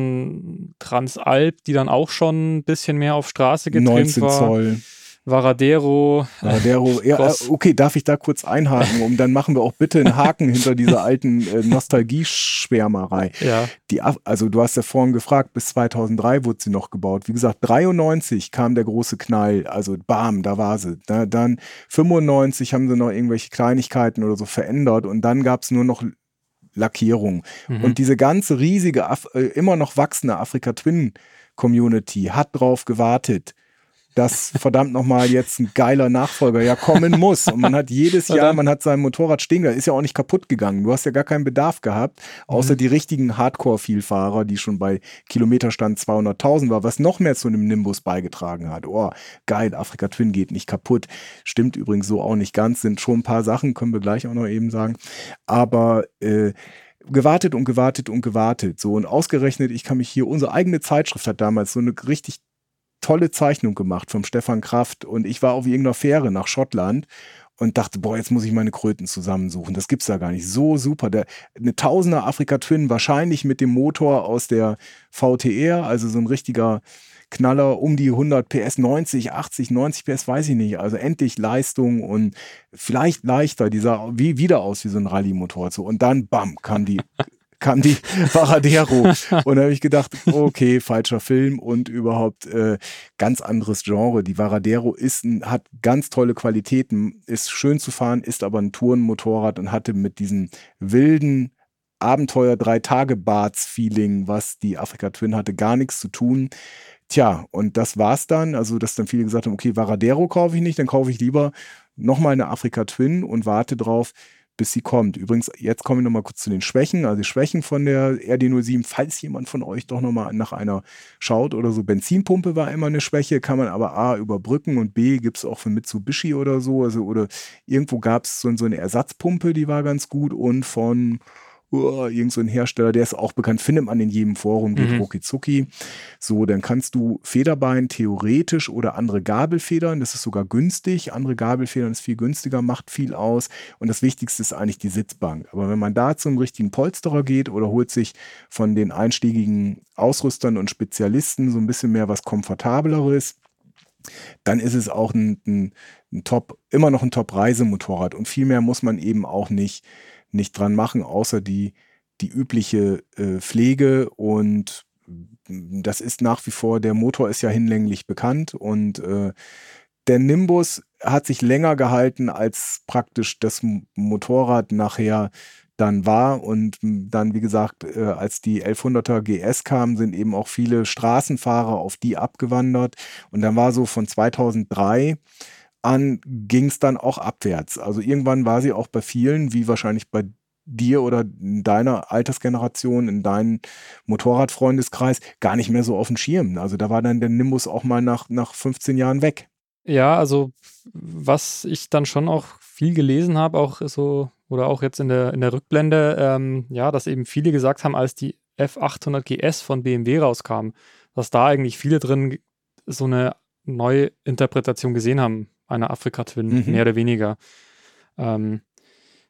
von Transalp, die dann auch schon ein bisschen mehr auf Straße getrimmt neunzehn war. Zoll. Varadero. Varadero. Ja, okay, darf ich da kurz einhaken? Um, dann machen wir auch bitte einen Haken hinter dieser alten äh, Nostalgie-Schwärmerei. Ja. Die, also du hast ja vorhin gefragt, bis zweitausenddrei wurde sie noch gebaut. Wie gesagt, dreiundneunzig kam der große Knall, also bam, da war sie. Da, dann fünfundneunzig haben sie noch irgendwelche Kleinigkeiten oder so verändert, und dann gab es nur noch Lackierung. Mhm. Und diese ganze riesige, Af- äh, immer noch wachsende Afrika Twin Community hat drauf gewartet, dass verdammt nochmal jetzt ein geiler Nachfolger ja kommen muss. Und man hat jedes Jahr, man hat sein Motorrad stehen gelassen, ist ja auch nicht kaputt gegangen. Du hast ja gar keinen Bedarf gehabt, außer mhm. die richtigen Hardcore-Vielfahrer, die schon bei Kilometerstand zweihunderttausend war, was noch mehr zu einem Nimbus beigetragen hat. Oh, geil, Afrika Twin geht nicht kaputt. Stimmt übrigens so auch nicht ganz, sind schon ein paar Sachen, können wir gleich auch noch eben sagen. Aber äh, gewartet und gewartet und gewartet. So, und ausgerechnet, ich kann mich hier, unsere eigene Zeitschrift hat damals so eine richtig tolle Zeichnung gemacht vom Stefan Kraft, und ich war auf irgendeiner Fähre nach Schottland und dachte, boah, jetzt muss ich meine Kröten zusammensuchen. Das gibt's da gar nicht. So super. Der, eine Tausender Afrika Twin, wahrscheinlich mit dem Motor aus der V T R, also so ein richtiger Knaller, um die hundert P S, neunzig, achtzig, neunzig P S, weiß ich nicht. Also endlich Leistung und vielleicht leichter. Die sah wie, wieder aus wie so ein Rallye-Motor. So. Und dann, bam, kam die kam die Varadero, und da habe ich gedacht, okay, falscher Film und überhaupt äh, ganz anderes Genre. Die Varadero ist ein, hat ganz tolle Qualitäten, ist schön zu fahren, ist aber ein Tourenmotorrad und hatte mit diesem wilden Abenteuer-Drei-Tage-Barts-Feeling, was die Afrika Twin hatte, gar nichts zu tun. Tja, und das war's dann, also dass dann viele gesagt haben, okay, Varadero kaufe ich nicht, dann kaufe ich lieber nochmal eine Afrika Twin und warte drauf, bis sie kommt. Übrigens, jetzt komme ich nochmal kurz zu den Schwächen. Also die Schwächen von der R D null sieben, falls jemand von euch doch nochmal nach einer schaut oder so. Benzinpumpe war immer eine Schwäche, kann man aber A überbrücken, und B gibt es auch für Mitsubishi oder so. Also, oder irgendwo gab es so, so eine Ersatzpumpe, die war ganz gut, und von Uh, irgend so ein Hersteller, der ist auch bekannt, findet man in jedem Forum, geht mhm. rucki-zucki. So, dann kannst du Federbein theoretisch oder andere Gabelfedern, das ist sogar günstig, andere Gabelfedern ist viel günstiger, macht viel aus, und das Wichtigste ist eigentlich die Sitzbank. Aber wenn man da zum richtigen Polsterer geht oder holt sich von den einschlägigen Ausrüstern und Spezialisten so ein bisschen mehr was Komfortableres, dann ist es auch ein, ein, ein Top, immer noch ein Top-Reisemotorrad, und viel mehr muss man eben auch nicht nicht dran machen, außer die, die übliche äh, Pflege, und das ist nach wie vor, der Motor ist ja hinlänglich bekannt, und äh, der Nimbus hat sich länger gehalten, als praktisch das Motorrad nachher dann war, und dann, wie gesagt, äh, als die elfhunderter G S kamen, sind eben auch viele Straßenfahrer auf die abgewandert, und dann war so von zweitausenddrei an ging es dann auch abwärts. Also irgendwann war sie auch bei vielen, wie wahrscheinlich bei dir oder in deiner Altersgeneration, in deinem Motorradfreundeskreis, gar nicht mehr so auf dem Schirm. Also da war dann der Nimbus auch mal nach, nach fünfzehn Jahren weg. Ja, also was ich dann schon auch viel gelesen habe, auch so, oder auch jetzt in der, in der Rückblende, ähm, ja, dass eben viele gesagt haben, als die F achthundert G S von B M W rauskam, dass da eigentlich viele drin so eine neue Interpretation gesehen haben, einer Afrika Twin, mhm. mehr oder weniger. Ähm,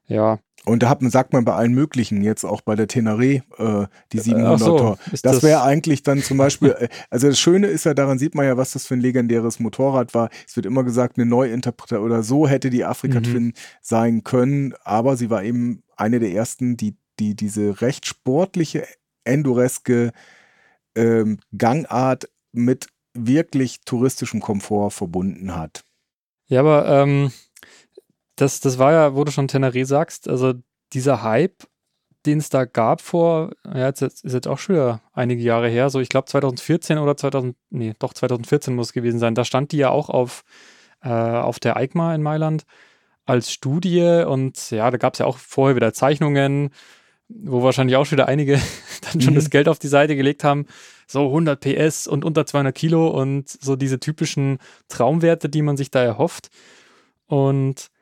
Ja. Und da hat man, sagt man bei allen möglichen, jetzt auch bei der Tenere, äh, die siebenhunderter. So, das, das wäre eigentlich dann zum Beispiel, äh, also das Schöne ist ja, daran sieht man ja, was das für ein legendäres Motorrad war. Es wird immer gesagt, eine Neuinterpretation oder so hätte die Afrika Twin mhm. sein können, aber sie war eben eine der ersten, die, die diese recht sportliche, endureske ähm, Gangart mit wirklich touristischem Komfort verbunden hat. Ja, aber ähm Das, das war ja, wo du schon Tenere sagst, also dieser Hype, den es da gab vor, ja, jetzt ist jetzt auch schon wieder einige Jahre her, so ich glaube zwanzig vierzehn oder zweitausend, nee, doch zwanzig vierzehn muss es gewesen sein, da stand die ja auch auf, äh, auf der EICMA in Mailand als Studie und ja, da gab es ja auch vorher wieder Zeichnungen, wo wahrscheinlich auch schon wieder einige dann schon mhm. das Geld auf die Seite gelegt haben, so hundert P S und unter zweihundert Kilo und so diese typischen Traumwerte, die man sich da erhofft. Und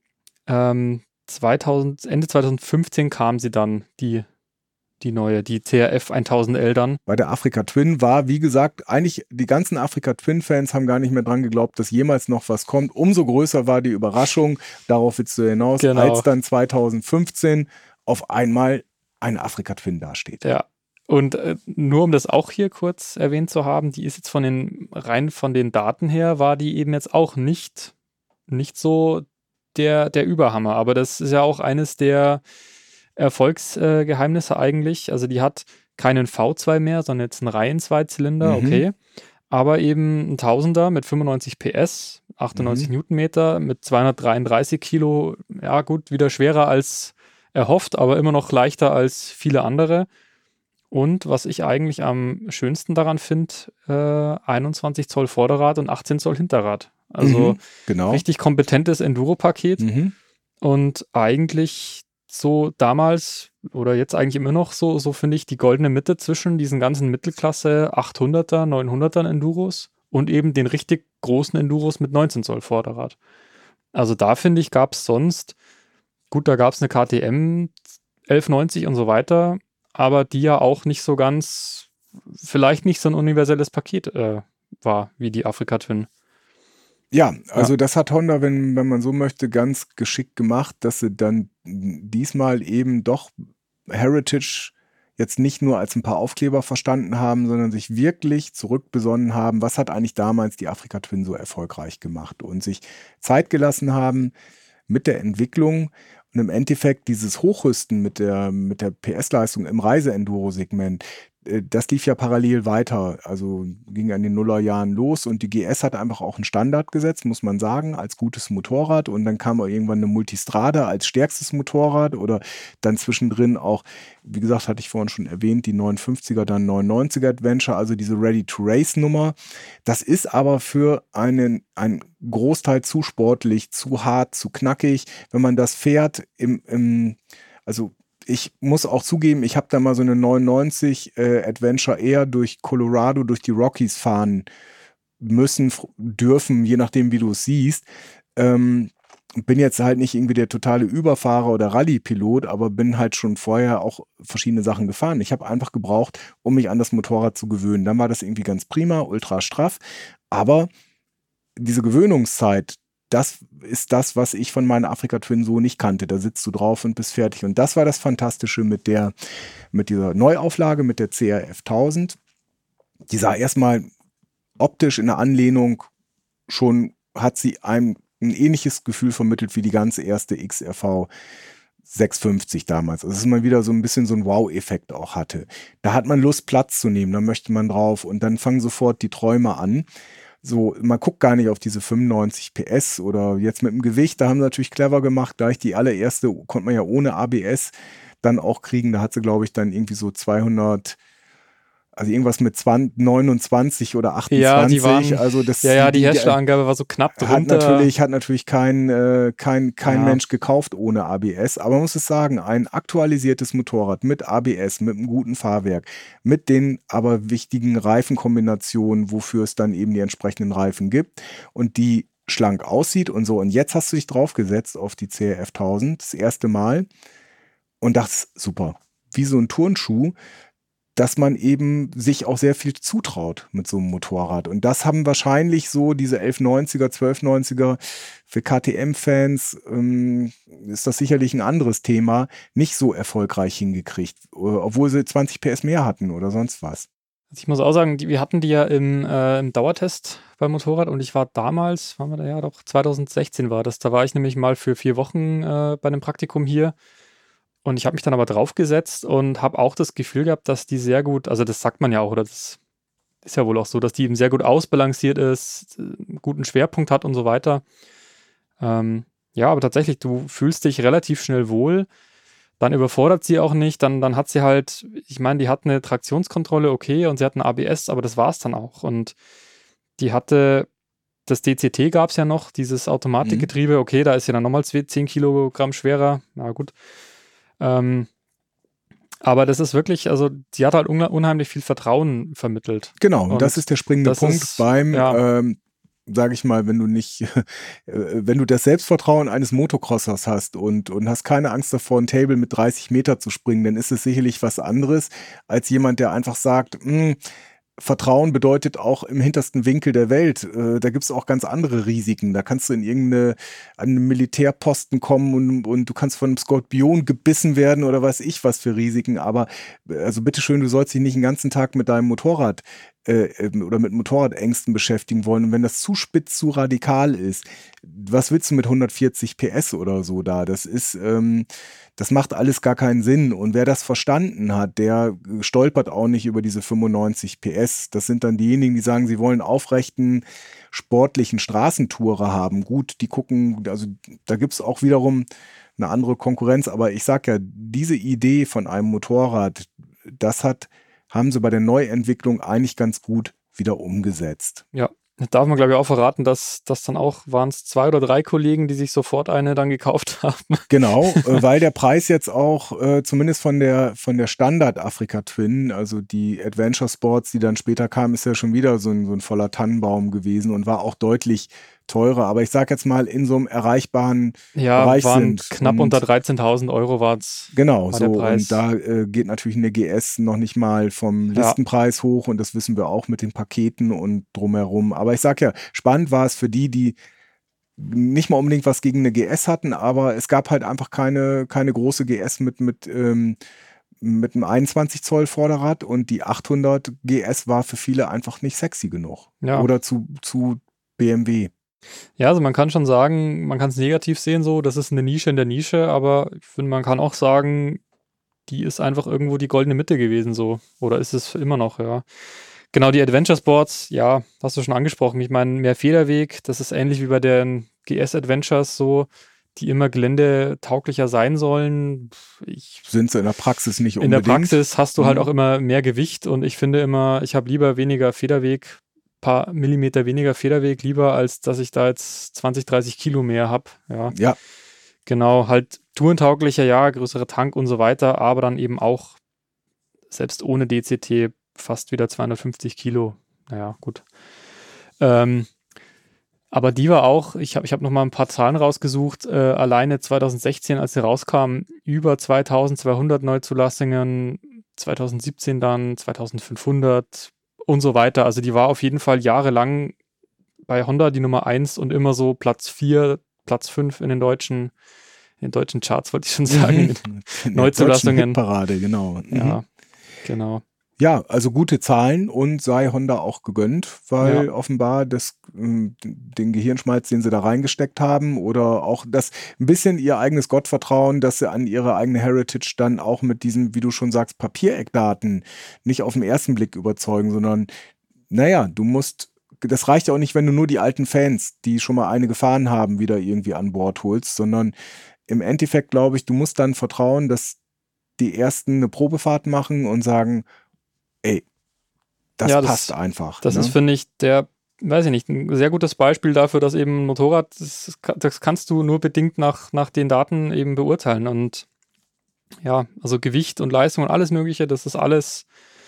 Ähm, zweitausend, Ende zwanzig fünfzehn kam sie dann, die, die neue, die C R F tausend L dann. Bei der Afrika Twin war, wie gesagt, eigentlich die ganzen Afrika Twin-Fans haben gar nicht mehr dran geglaubt, dass jemals noch was kommt. Umso größer war die Überraschung, darauf willst du hinaus, genau. als dann zwanzig fünfzehn auf einmal eine Afrika Twin dasteht. Ja, und äh, nur um das auch hier kurz erwähnt zu haben, die ist jetzt von den, rein von den Daten her, war die eben jetzt auch nicht, nicht so Der, der Überhammer, aber das ist ja auch eines der Erfolgsgeheimnisse äh, eigentlich. Also die hat keinen V zwei mehr, sondern jetzt einen Reihen-Zweizylinder, mhm. okay. Aber eben ein Tausender mit fünfundneunzig P S, achtundneunzig mhm. Newtonmeter mit zweihundertdreiunddreißig Kilo. Ja gut, wieder schwerer als erhofft, aber immer noch leichter als viele andere. Und was ich eigentlich am schönsten daran finde, äh, einundzwanzig Zoll Vorderrad und achtzehn Zoll Hinterrad. Also mhm, genau. richtig kompetentes Enduro-Paket mhm. und eigentlich so damals oder jetzt eigentlich immer noch so, so finde ich die goldene Mitte zwischen diesen ganzen Mittelklasse achthunderter, neunhunderter Enduros und eben den richtig großen Enduros mit neunzehn Zoll Vorderrad. Also da finde ich, gab es sonst, gut, da gab es eine K T M elf neunzig und so weiter, aber die ja auch nicht so ganz, vielleicht nicht so ein universelles Paket äh, war wie die Afrika Twin. Ja, also ja. das hat Honda, wenn, wenn man so möchte, ganz geschickt gemacht, dass sie dann diesmal eben doch Heritage jetzt nicht nur als ein paar Aufkleber verstanden haben, sondern sich wirklich zurückbesonnen haben, was hat eigentlich damals die Afrika Twin so erfolgreich gemacht und sich Zeit gelassen haben mit der Entwicklung und im Endeffekt dieses Hochrüsten mit der, mit der P S-Leistung im Reise-Enduro-Segment, das lief ja parallel weiter, also ging an den Nullerjahren los und die G S hat einfach auch einen Standard gesetzt, muss man sagen, als gutes Motorrad und dann kam auch irgendwann eine Multistrada als stärkstes Motorrad oder dann zwischendrin auch, wie gesagt, hatte ich vorhin schon erwähnt, die neunundfünfziger, dann neunundneunziger Adventure, also diese Ready-to-Race-Nummer. Das ist aber für einen, einen Großteil zu sportlich, zu hart, zu knackig, wenn man das fährt im, im also ich muss auch zugeben, ich habe da mal so eine neunundneunzig äh, Adventure eher durch Colorado, durch die Rockies fahren müssen, dürfen, je nachdem, wie du es siehst. Ähm, bin jetzt halt nicht irgendwie der totale Überfahrer oder Rallye-Pilot, aber bin halt schon vorher auch verschiedene Sachen gefahren. Ich habe einfach gebraucht, um mich an das Motorrad zu gewöhnen. Dann war das irgendwie ganz prima, ultra straff. Aber diese Gewöhnungszeit, das ist das, was ich von meiner Afrika Twin so nicht kannte. Da sitzt du drauf und bist fertig. Und das war das Fantastische mit der, mit dieser Neuauflage, mit der C R F tausend. Die sah erstmal optisch in der Anlehnung schon, hat sie einem ein ähnliches Gefühl vermittelt wie die ganze erste X R V sechshundertfünfzig damals. Also dass man wieder so ein bisschen so einen Wow-Effekt auch hatte. Da hat man Lust, Platz zu nehmen, da möchte man drauf und dann fangen sofort die Träume an. So, man guckt gar nicht auf diese fünfundneunzig P S oder jetzt mit dem Gewicht, da haben sie natürlich clever gemacht, gleich die allererste konnte man ja ohne A B S dann auch kriegen, da hat sie, glaube ich, dann irgendwie so zweihundert, also irgendwas mit zwanzig, neunundzwanzig oder achtundzwanzig. Ja, die waren, also das, ja, ja, die Herstellerangabe war so knapp drunter. Hat natürlich, hat natürlich kein, äh, kein, kein ja. Mensch gekauft ohne A B S, aber man muss es sagen, ein aktualisiertes Motorrad mit A B S, mit einem guten Fahrwerk, mit den aber wichtigen Reifenkombinationen, wofür es dann eben die entsprechenden Reifen gibt und die schlank aussieht und so. Und jetzt hast du dich draufgesetzt auf die C R F tausend, das erste Mal und dachtest, super, wie so ein Turnschuh. dass man eben sich auch sehr viel zutraut mit so einem Motorrad. Und das haben wahrscheinlich so diese elf neunziger, zwölf neunziger für K T M-Fans, ähm, ist das sicherlich ein anderes Thema, nicht so erfolgreich hingekriegt, obwohl sie zwanzig P S mehr hatten oder sonst was. Ich muss auch sagen, die, wir hatten die ja im, äh, im Dauertest beim Motorrad und ich war damals, waren wir da ja doch, zwanzig sechzehn war das, da war ich nämlich mal für vier Wochen äh, bei einem Praktikum hier. Und ich habe mich dann aber draufgesetzt und habe auch das Gefühl gehabt, dass die sehr gut, also das sagt man ja auch, oder das ist ja wohl auch so, dass die eben sehr gut ausbalanciert ist, einen guten Schwerpunkt hat und so weiter. Ähm, ja, aber tatsächlich, du fühlst dich relativ schnell wohl, dann überfordert sie auch nicht, dann, dann hat sie halt, ich meine, die hat eine Traktionskontrolle, okay, und sie hat ein A B S, aber das war es dann auch. Und die hatte, das D C T gab es ja noch, dieses Automatikgetriebe, okay, da ist ja dann nochmal zehn Kilogramm schwerer, na gut. Ähm, aber das ist wirklich, also sie hat halt un- unheimlich viel Vertrauen vermittelt. Genau, und das ist der springende Punkt ist, beim, ja. ähm, sage ich mal, wenn du nicht, äh, wenn du das Selbstvertrauen eines Motocrossers hast und, und hast keine Angst davor, ein Table mit dreißig Meter zu springen, dann ist es sicherlich was anderes als jemand, der einfach sagt, mh, Vertrauen bedeutet auch im hintersten Winkel der Welt. Äh, da gibt es auch ganz andere Risiken. Da kannst du in irgendeine an einen Militärposten kommen und, und du kannst von einem Skorpion gebissen werden oder weiß ich was für Risiken. Aber also bitteschön, du sollst dich nicht den ganzen Tag mit deinem Motorrad äh, oder mit Motorradängsten beschäftigen wollen. Und wenn das zu spitz, zu radikal ist, was willst du mit hundertvierzig P S oder so da? Das ist, ähm, das macht alles gar keinen Sinn. Und wer das verstanden hat, der stolpert auch nicht über diese fünfundneunzig P S. Das sind dann diejenigen, die sagen, sie wollen aufrechten, sportlichen Straßentourer haben. Gut, die gucken, also da gibt es auch wiederum eine andere Konkurrenz. Aber ich sag ja, diese Idee von einem Motorrad, das hat, haben sie bei der Neuentwicklung eigentlich ganz gut wieder umgesetzt. Ja. Darf man, glaube ich, auch verraten, dass das dann auch, waren es zwei oder drei Kollegen, die sich sofort eine dann gekauft haben. Genau, äh, weil der Preis jetzt auch, äh, zumindest von der von der Standard Africa Twin, also die Adventure Sports, die dann später kam, ist ja schon wieder so ein, so ein voller Tannenbaum gewesen und war auch deutlich teurer. Aber ich sage jetzt mal, in so einem erreichbaren ja, Bereich waren sind. Knapp unter dreizehntausend Euro war es. Genau, war so. Der Preis. Und da äh, geht natürlich eine G S noch nicht mal vom Listenpreis ja. hoch und das wissen wir auch mit den Paketen und drumherum. Aber ich sage ja, spannend war es für die, die nicht mal unbedingt was gegen eine G S hatten, aber es gab halt einfach keine, keine große G S mit, mit, ähm, mit einem einundzwanzig Zoll Vorderrad und die achthundert G S war für viele einfach nicht sexy genug. Ja. Oder zu, zu B M W. Ja, also man kann schon sagen, man kann es negativ sehen so, das ist eine Nische in der Nische, aber ich finde, man kann auch sagen, die ist einfach irgendwo die goldene Mitte gewesen so. Oder ist es immer noch, ja. Genau, die Adventure Sports, ja, hast du schon angesprochen. Ich meine, mehr Federweg, das ist ähnlich wie bei den G S Adventures so, die immer geländetauglicher sein sollen. Ich, Sind sie in der Praxis nicht in unbedingt. In der Praxis hast du mhm. halt auch immer mehr Gewicht und ich finde immer, ich habe lieber weniger Federweg, paar Millimeter weniger Federweg lieber, als dass ich da jetzt zwanzig, dreißig Kilo mehr habe. Ja. ja. Genau, halt tourentauglicher, ja, größere Tank und so weiter, aber dann eben auch selbst ohne D C T fast wieder zweihundertfünfzig Kilo. Naja, gut. Ähm, aber die war auch, ich habe ich hab noch mal ein paar Zahlen rausgesucht, äh, alleine zwanzig sechzehn, als sie rauskam, über zweitausendzweihundert Neuzulassungen, zwanzig siebzehn dann zweitausendfünfhundert und so weiter. Also die war auf jeden Fall jahrelang bei Honda die Nummer eins und immer so Platz vier, Platz fünf in den deutschen, in den deutschen Charts, wollte ich schon sagen. Mhm. Neuzulassungen. Parade, genau. Mhm. Ja, genau. Ja, also gute Zahlen und sei Honda auch gegönnt, weil ja. offenbar das, den Gehirnschmalz, den sie da reingesteckt haben oder auch das ein bisschen ihr eigenes Gottvertrauen, dass sie an ihre eigene Heritage dann auch mit diesen, wie du schon sagst, Papiereckdaten nicht auf den ersten Blick überzeugen, sondern naja, du musst, das reicht ja auch nicht, wenn du nur die alten Fans, die schon mal eine gefahren haben, wieder irgendwie an Bord holst, sondern im Endeffekt glaube ich, du musst dann vertrauen, dass die Ersten eine Probefahrt machen und sagen, ey, das, ja, das passt einfach. Das ne? ist, finde ich, der, weiß ich nicht, ein sehr gutes Beispiel dafür, dass eben ein Motorrad, das, das kannst du nur bedingt nach, nach den Daten eben beurteilen. Und ja, also Gewicht und Leistung und alles Mögliche, das ist alles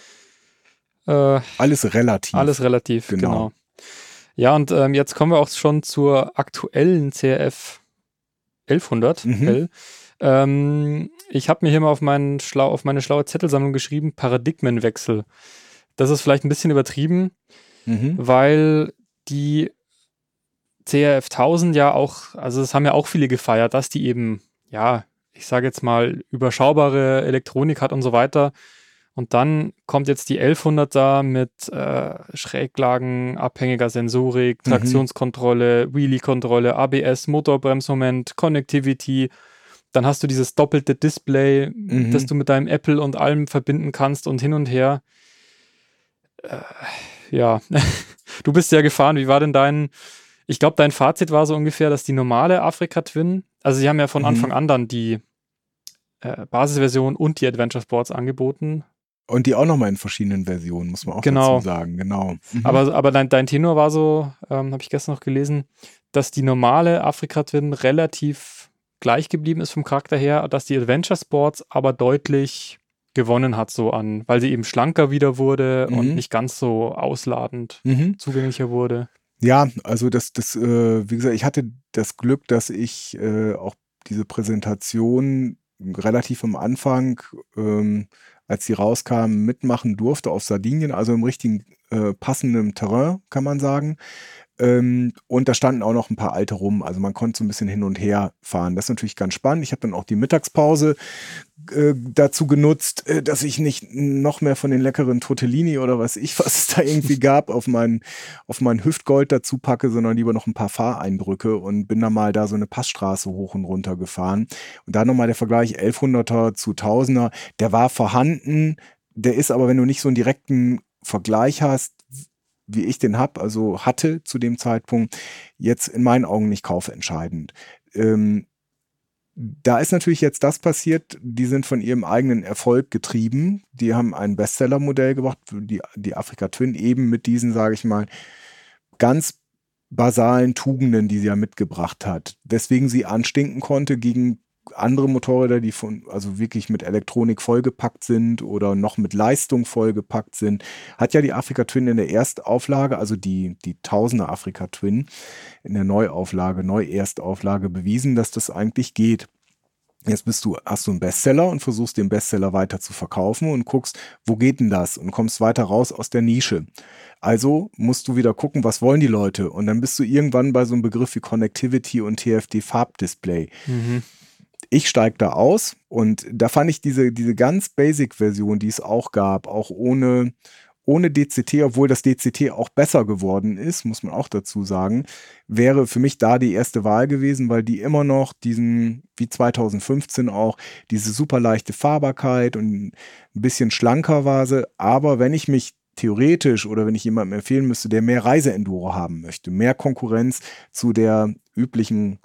äh, alles relativ. Alles relativ, genau. genau. Ja, und ähm, jetzt kommen wir auch schon zur aktuellen C R F elfhundert mhm. L. Ähm, ich habe mir hier mal auf, meinen Schlau- auf meine schlaue Zettelsammlung geschrieben, Paradigmenwechsel. Das ist vielleicht ein bisschen übertrieben, Mhm. weil die C R F tausend ja auch, also das haben ja auch viele gefeiert, dass die eben, ja, ich sage jetzt mal, überschaubare Elektronik hat und so weiter. Und dann kommt jetzt die elfhundert da mit äh, schräglagenabhängiger Sensorik, Mhm. Traktionskontrolle, Wheelie-Kontrolle, A B S, Motorbremsmoment, Connectivity. Dann hast du dieses doppelte Display, Mhm. das du mit deinem Apple und allem verbinden kannst und hin und her. Äh, ja, du bist ja gefahren. Wie war denn dein, ich glaube, dein Fazit war so ungefähr, dass die normale Africa Twin, also sie haben ja von Mhm. Anfang an dann die äh, Basisversion und die Adventure Sports angeboten. Und die auch nochmal in verschiedenen Versionen, muss man auch Genau. dazu sagen, genau. Mhm. Aber, aber dein, dein Tenor war so, ähm, habe ich gestern noch gelesen, dass die normale Africa Twin relativ gleich geblieben ist vom Charakter her, dass die Adventure Sports aber deutlich gewonnen hat, so an, weil sie eben schlanker wieder wurde Mhm. und nicht ganz so ausladend Mhm. zugänglicher wurde. Ja, also das, das, äh, wie gesagt, ich hatte das Glück, dass ich äh, auch diese Präsentation relativ am Anfang, ähm, als sie rauskam, mitmachen durfte auf Sardinien, also im richtigen äh, passenden Terrain, kann man sagen. Ähm, und da standen auch noch ein paar alte rum, also man konnte so ein bisschen hin und her fahren. Das ist natürlich ganz spannend. Ich habe dann auch die Mittagspause äh, dazu genutzt, äh, dass ich nicht noch mehr von den leckeren Tortellini oder was ich, was es da irgendwie gab, auf mein, auf mein Hüftgold dazu packe, sondern lieber noch ein paar Fahreindrücke und bin dann mal da so eine Passstraße hoch und runter gefahren. Und da nochmal der Vergleich elfhunderter zu tausender, der war vorhanden, der ist aber, wenn du nicht so einen direkten Vergleich hast, wie ich den habe, also hatte zu dem Zeitpunkt, jetzt in meinen Augen nicht kaufentscheidend. Ähm, da ist natürlich jetzt das passiert, die sind von ihrem eigenen Erfolg getrieben. Die haben ein Bestseller-Modell gebracht, die, die Africa Twin, eben mit diesen, sage ich mal, ganz basalen Tugenden, die sie ja mitgebracht hat. Weswegen sie anstinken konnte gegen andere Motorräder, die von, also wirklich mit Elektronik vollgepackt sind oder noch mit Leistung vollgepackt sind, hat ja die Africa Twin in der Erstauflage, also die, die Tausender Africa Twin in der Neuauflage, Neu-Erstauflage bewiesen, dass das eigentlich geht. Jetzt bist du, hast du einen Bestseller und versuchst den Bestseller weiter zu verkaufen und guckst, wo geht denn das? Und kommst weiter raus aus der Nische. Also musst du wieder gucken, was wollen die Leute? Und dann bist du irgendwann bei so einem Begriff wie Connectivity und T F D-Farbdisplay. Mhm. Ich steige da aus und da fand ich diese, diese ganz Basic-Version, die es auch gab, auch ohne, ohne D C T, obwohl das D C T auch besser geworden ist, muss man auch dazu sagen, wäre für mich da die erste Wahl gewesen, weil die immer noch diesen, wie zweitausendfünfzehn auch, diese super leichte Fahrbarkeit und ein bisschen schlanker war sie. Aber wenn ich mich theoretisch oder wenn ich jemandem empfehlen müsste, der mehr Reise-Enduro haben möchte, mehr Konkurrenz zu der üblichen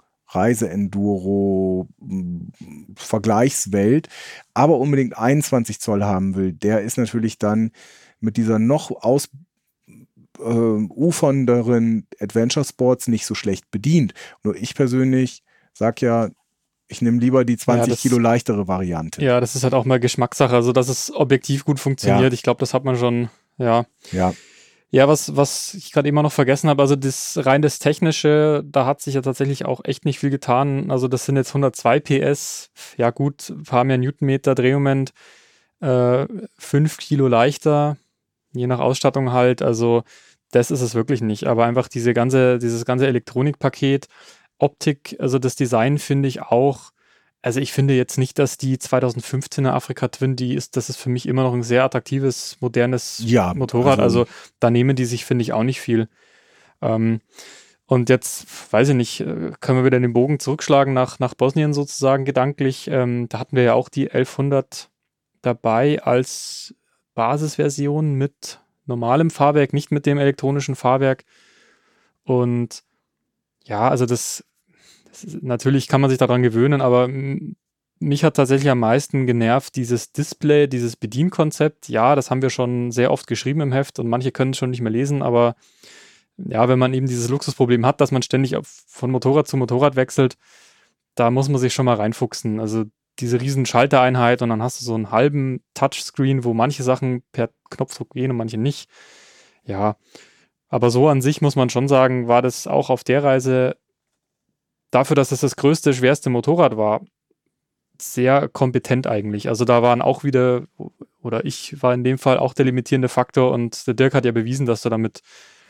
Reise-Enduro-Vergleichswelt, aber unbedingt einundzwanzig Zoll haben will, der ist natürlich dann mit dieser noch aus äh, ufernderen Adventure Sports nicht so schlecht bedient. Nur ich persönlich sag ja, ich nehme lieber die zwanzig Ja, das- Kilo leichtere Variante. Ja, das ist halt auch mal Geschmackssache, also dass es objektiv gut funktioniert. Ja. Ich glaube, das hat man schon, ja. Ja. Ja, was, was ich gerade immer noch vergessen habe, also das rein das Technische, da hat sich ja tatsächlich auch echt nicht viel getan. Also das sind jetzt hundertzwei P S, ja gut, ein paar mehr Newtonmeter Drehmoment, äh, fünf Kilo leichter, je nach Ausstattung halt. Also das ist es wirklich nicht. Aber einfach diese ganze, dieses ganze Elektronikpaket, Optik, also das Design finde ich auch. Also ich finde jetzt nicht, dass die zweitausendfünfzehner Africa Twin, die ist, das ist für mich immer noch ein sehr attraktives, modernes Ja, Motorrad. also- Also, da nehmen die sich, finde ich, auch nicht viel. Ähm, und jetzt, weiß ich nicht, äh, können wir wieder den Bogen zurückschlagen nach, nach Bosnien sozusagen gedanklich. Ähm, da hatten wir ja auch die elfhundert dabei als Basisversion mit normalem Fahrwerk, nicht mit dem elektronischen Fahrwerk. Und ja, also das, das ist, natürlich kann man sich daran gewöhnen, aber m- mich hat tatsächlich am meisten genervt dieses Display, dieses Bedienkonzept. Ja, das haben wir schon sehr oft geschrieben im Heft und manche können es schon nicht mehr lesen, aber ja, wenn man eben dieses Luxusproblem hat, dass man ständig auf, von Motorrad zu Motorrad wechselt, da muss man sich schon mal reinfuchsen. Also diese riesen Schaltereinheit und dann hast du so einen halben Touchscreen, wo manche Sachen per Knopfdruck gehen und manche nicht. Ja, aber so an sich muss man schon sagen, war das auch auf der Reise dafür, dass es das größte, schwerste Motorrad war, sehr kompetent eigentlich. Also da waren auch wieder, oder ich war in dem Fall auch der limitierende Faktor und der Dirk hat ja bewiesen, dass du damit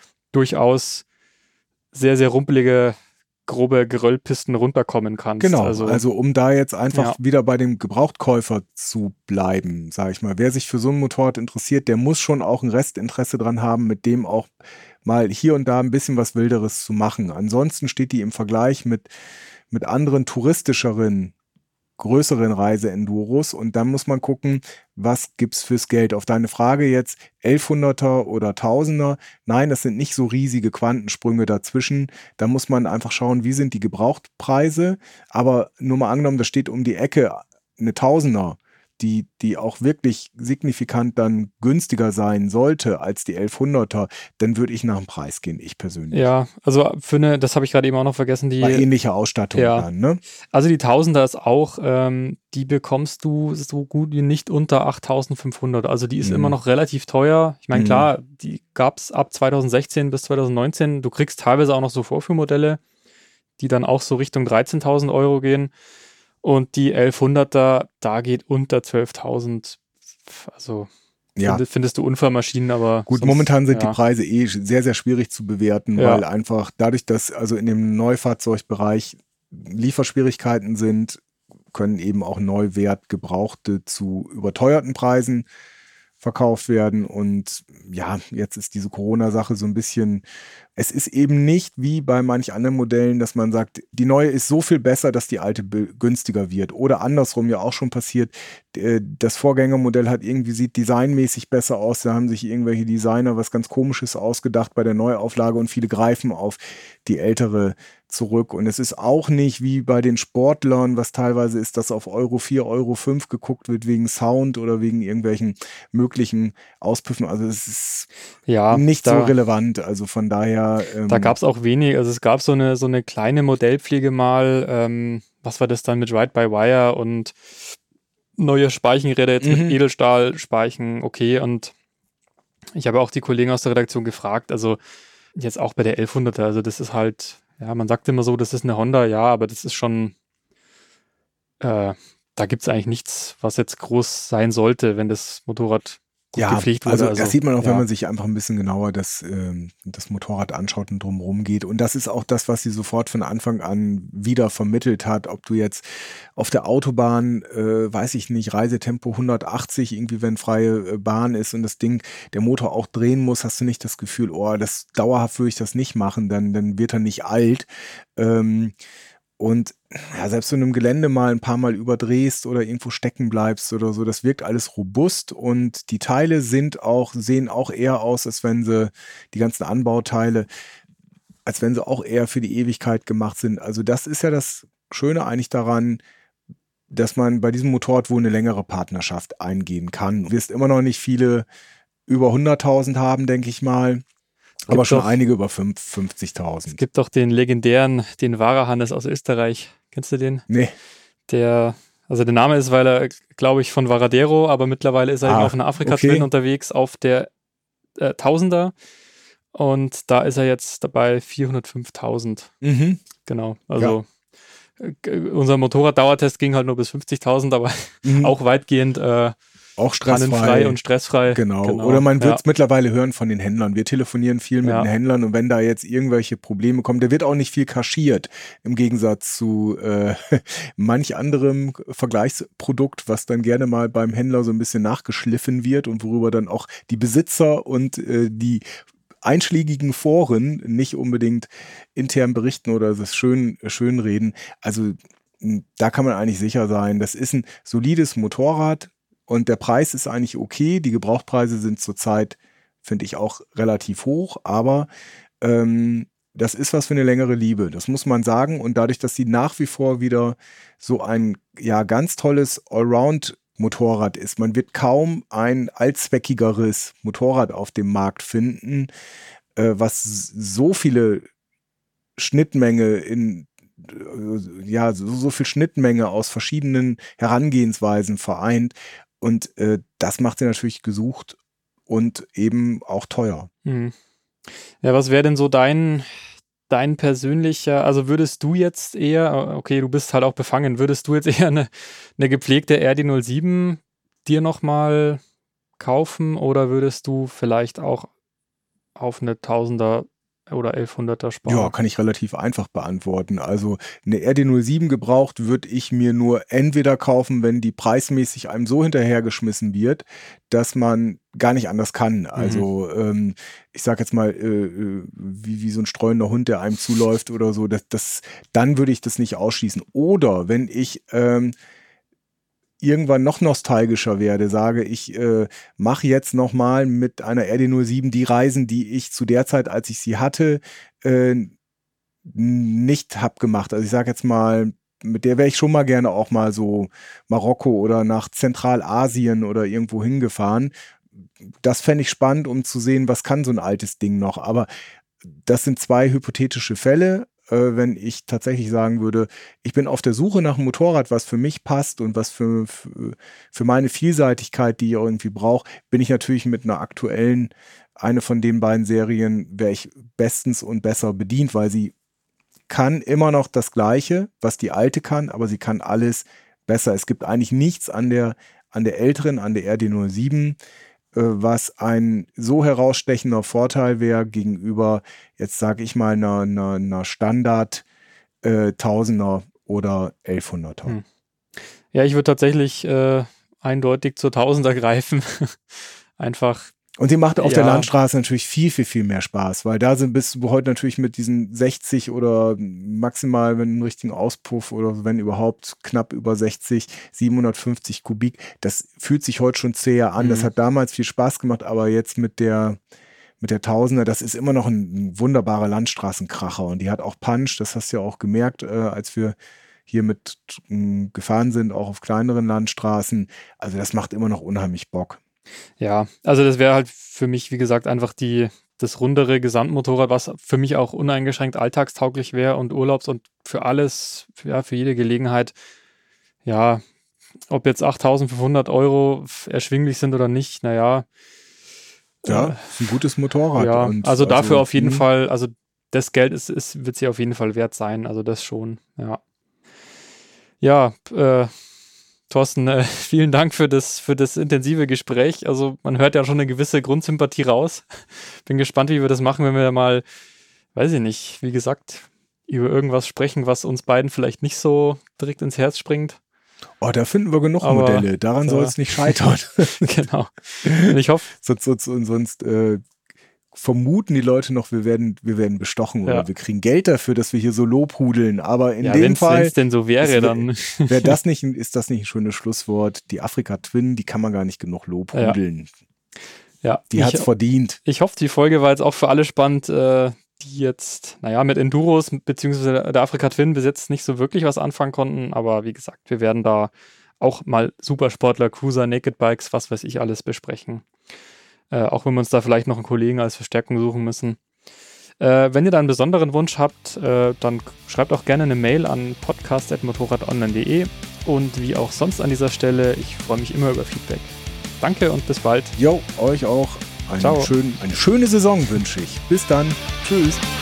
durchaus sehr, sehr rumpelige, grobe Geröllpisten runterkommen kannst. Genau, also, also um da jetzt einfach ja. wieder bei dem Gebrauchtkäufer zu bleiben, sage ich mal. Wer sich für so ein Motorrad interessiert, der muss schon auch ein Restinteresse dran haben, mit dem auch mal hier und da ein bisschen was Wilderes zu machen. Ansonsten steht die im Vergleich mit, mit anderen touristischeren, größeren Reise-Enduros und dann muss man gucken, was gibt's fürs Geld. Auf deine Frage jetzt, elfhunderter oder tausender, nein, das sind nicht so riesige Quantensprünge dazwischen. Da muss man einfach schauen, wie sind die Gebrauchtpreise, aber nur mal angenommen, da steht um die Ecke eine Tausender, die, die auch wirklich signifikant dann günstiger sein sollte als die elfhunderter, dann würde ich nach dem Preis gehen, ich persönlich. Ja, also für eine, das habe ich gerade eben auch noch vergessen, die Bei ähnlicher Ausstattung ja. dann, ne? Also die Tausender ist auch, ähm, die bekommst du so gut wie nicht unter achttausendfünfhundert. Also die ist Mhm. immer noch relativ teuer. Ich meine, Mhm. klar, die gab es ab zweitausendsechzehn bis zweitausendneunzehn. Du kriegst teilweise auch noch so Vorführmodelle, die dann auch so Richtung dreizehntausend Euro gehen. Und die elfhunderter, da geht unter zwölftausend. Also Ja. find, findest du Unfallmaschinen, aber Gut, sonst, momentan sind ja. die Preise eh sehr, sehr schwierig zu bewerten, Ja. weil einfach dadurch, dass also in dem Neufahrzeugbereich Lieferschwierigkeiten sind, können eben auch Neuwert Gebrauchte zu überteuerten Preisen verkauft werden. Und ja, jetzt ist diese Corona-Sache so ein bisschen, es ist eben nicht wie bei manch anderen Modellen, dass man sagt, die neue ist so viel besser, dass die alte günstiger wird. Oder andersrum ja auch schon passiert, das Vorgängermodell hat irgendwie, sieht designmäßig besser aus, da haben sich irgendwelche Designer was ganz Komisches ausgedacht bei der Neuauflage und viele greifen auf die ältere zurück. Und es ist auch nicht wie bei den Sportlern, was teilweise ist, dass auf Euro vier, Euro fünf geguckt wird wegen Sound oder wegen irgendwelchen möglichen Auspüffen. Also es ist ja, nicht da, so relevant. Also von daher. Ähm, da gab es auch wenig. Also es gab so eine, so eine kleine Modellpflege mal. Ähm, was war das dann mit Ride-by-Wire und neue Speichenräder jetzt Mhm. mit Edelstahlspeichen, okay. Und ich habe auch die Kollegen aus der Redaktion gefragt, also jetzt auch bei der elfhunderter, also das ist halt, ja, man sagt immer so, das ist eine Honda, ja, aber das ist schon, äh, da gibt es eigentlich nichts, was jetzt groß sein sollte, wenn das Motorrad gut ja, gepflegt wurde. also, Also das sieht man auch, ja. wenn man sich einfach ein bisschen genauer das, ähm, das Motorrad anschaut und drumherum geht. Und das ist auch das, was sie sofort von Anfang an wieder vermittelt hat. Ob du jetzt auf der Autobahn, äh, weiß ich nicht, Reisetempo hundertachtzig, irgendwie wenn freie äh, Bahn ist und das Ding, der Motor auch drehen muss, hast du nicht das Gefühl, oh, das dauerhaft würde ich das nicht machen, dann, dann wird er nicht alt. Ähm, Und ja, selbst wenn du im Gelände mal ein paar Mal überdrehst oder irgendwo stecken bleibst oder so, das wirkt alles robust und die Teile sind auch, sehen auch eher aus, als wenn sie, die ganzen Anbauteile, als wenn sie auch eher für die Ewigkeit gemacht sind. Also das ist ja das Schöne eigentlich daran, dass man bei diesem Motorrad wohl eine längere Partnerschaft eingehen kann. Du wirst immer noch nicht viele über hunderttausend haben, denke ich mal. Aber schon doch, einige über fünfzigtausend. Es gibt doch den legendären, den Varahannes aus Österreich. Kennst du den? Nee. Der, also der Name ist, weil er, glaube ich, von Varadero, aber mittlerweile ist er Ah, eben auf einer Afrika-Twin okay. unterwegs auf der äh, Tausender. Und da ist er jetzt dabei vierhundertfünftausend. Mhm. Genau. Also äh, unser Motorrad-Dauertest ging halt nur bis fünfzigtausend, aber Mhm. auch weitgehend äh, Auch stressfrei. pannenfrei und stressfrei. Genau. Genau. Oder man wird es Ja. mittlerweile hören von den Händlern. Wir telefonieren viel mit Ja. den Händlern und wenn da jetzt irgendwelche Probleme kommen, der wird auch nicht viel kaschiert im Gegensatz zu äh, manch anderem Vergleichsprodukt, was dann gerne mal beim Händler so ein bisschen nachgeschliffen wird und worüber dann auch die Besitzer und äh, die einschlägigen Foren nicht unbedingt intern berichten oder das schön, schön reden. Also m, da kann man eigentlich sicher sein, das ist ein solides Motorrad. Und der Preis ist eigentlich okay. Die Gebrauchtpreise sind zurzeit, finde ich, auch relativ hoch. Aber ähm, das ist was für eine längere Liebe. Das muss man sagen. Und dadurch, dass sie nach wie vor wieder so ein ja ganz tolles Allround-Motorrad ist, man wird kaum ein allzweckigeres Motorrad auf dem Markt finden, äh, was so viele Schnittmenge in ja, so, so viel Schnittmenge aus verschiedenen Herangehensweisen vereint. Und äh, das macht sie natürlich gesucht und eben auch teuer. Mhm. Ja, was wäre denn so dein, dein persönlicher, also würdest du jetzt eher, okay, du bist halt auch befangen, würdest du jetzt eher eine, eine gepflegte R D null sieben dir nochmal kaufen oder würdest du vielleicht auch auf eine Tausender oder elfhunderter sparen? Ja, kann ich relativ einfach beantworten. Also eine R D null sieben gebraucht würde ich mir nur entweder kaufen, wenn die preismäßig einem so hinterhergeschmissen wird, dass man gar nicht anders kann. Also mhm. ähm, ich sag jetzt mal, äh, wie, wie so ein streunender Hund, der einem zuläuft oder so, das, das, dann würde ich das nicht ausschließen. Oder wenn ich ähm, irgendwann noch nostalgischer werde, sage ich, äh, mache jetzt nochmal mit einer R D null sieben die Reisen, die ich zu der Zeit, als ich sie hatte, äh, nicht hab gemacht. Also ich sage jetzt mal, mit der wäre ich schon mal gerne auch mal so Marokko oder nach Zentralasien oder irgendwo hingefahren. Das fände ich spannend, um zu sehen, was kann so ein altes Ding noch. Aber das sind zwei hypothetische Fälle. Wenn ich tatsächlich sagen würde, ich bin auf der Suche nach einem Motorrad, was für mich passt und was für, für, für meine Vielseitigkeit, die ich irgendwie brauche, bin ich natürlich mit einer aktuellen, eine von den beiden Serien, wäre ich bestens und besser bedient, weil sie kann immer noch das Gleiche, was die alte kann, aber sie kann alles besser. Es gibt eigentlich nichts an der, an der älteren, an der R D null sieben, was ein so herausstechender Vorteil wäre gegenüber, jetzt sage ich mal, einer, einer, einer Standard äh, Tausender oder elfhunderter. Hm. Ja, ich würde tatsächlich äh, eindeutig zur Tausender greifen. Einfach. Und sie macht auf ja. der Landstraße natürlich viel, viel, viel mehr Spaß, weil da sind bist du heute natürlich mit diesen sechzig oder maximal, wenn einen richtigen Auspuff oder wenn überhaupt knapp über sechzig, siebenhundertfünfzig Kubik. Das fühlt sich heute schon zäher an. Mhm. Das hat damals viel Spaß gemacht, aber jetzt mit der mit der Tausender, das ist immer noch ein, ein wunderbarer Landstraßenkracher und die hat auch Punch. Das hast du ja auch gemerkt, äh, als wir hier mit äh, gefahren sind, auch auf kleineren Landstraßen. Also das macht immer noch unheimlich Bock. Ja, also das wäre halt für mich, wie gesagt, einfach die, das rundere Gesamtmotorrad, was für mich auch uneingeschränkt alltagstauglich wäre und Urlaubs und für alles, ja, für jede Gelegenheit, ja, ob jetzt achttausendfünfhundert Euro erschwinglich sind oder nicht, naja. Ja, äh, ist ein gutes Motorrad. Ja, und also dafür also, auf jeden mh. Fall, also das Geld ist, ist, wird sie auf jeden Fall wert sein, also das schon, ja. Ja, äh, Thorsten, äh, vielen Dank für das, für das intensive Gespräch. Also man hört ja schon eine gewisse Grundsympathie raus. Bin gespannt, wie wir das machen, wenn wir mal, weiß ich nicht, wie gesagt, über irgendwas sprechen, was uns beiden vielleicht nicht so direkt ins Herz springt. Oh, da finden wir genug Aber, Modelle. Daran ja. soll es nicht scheitern. Genau. Und ich hoffe. sonst sonst, sonst äh, vermuten die Leute noch, wir werden, wir werden bestochen oder ja. wir kriegen Geld dafür, dass wir hier so lobhudeln. Aber in ja, dem wenn's, Fall, wenn es denn so wäre, ist, dann wär das nicht, ist das nicht ein schönes Schlusswort? Die Afrika Twin, die kann man gar nicht genug lobhudeln. Ja, ja die hat es verdient. Ich hoffe, die Folge war jetzt auch für alle spannend, äh, die jetzt, naja, mit Enduros beziehungsweise der Afrika Twin bis jetzt nicht so wirklich was anfangen konnten. Aber wie gesagt, wir werden da auch mal Supersportler, Cruiser, Naked Bikes, was weiß ich alles besprechen. Äh, auch wenn wir uns da vielleicht noch einen Kollegen als Verstärkung suchen müssen. Äh, wenn ihr da einen besonderen Wunsch habt, äh, dann schreibt auch gerne eine Mail an podcast at motorradonline punkt de und wie auch sonst an dieser Stelle, ich freue mich immer über Feedback. Danke und bis bald. Jo, euch auch. Einen schönen, eine schöne Saison wünsche ich. Bis dann. Tschüss.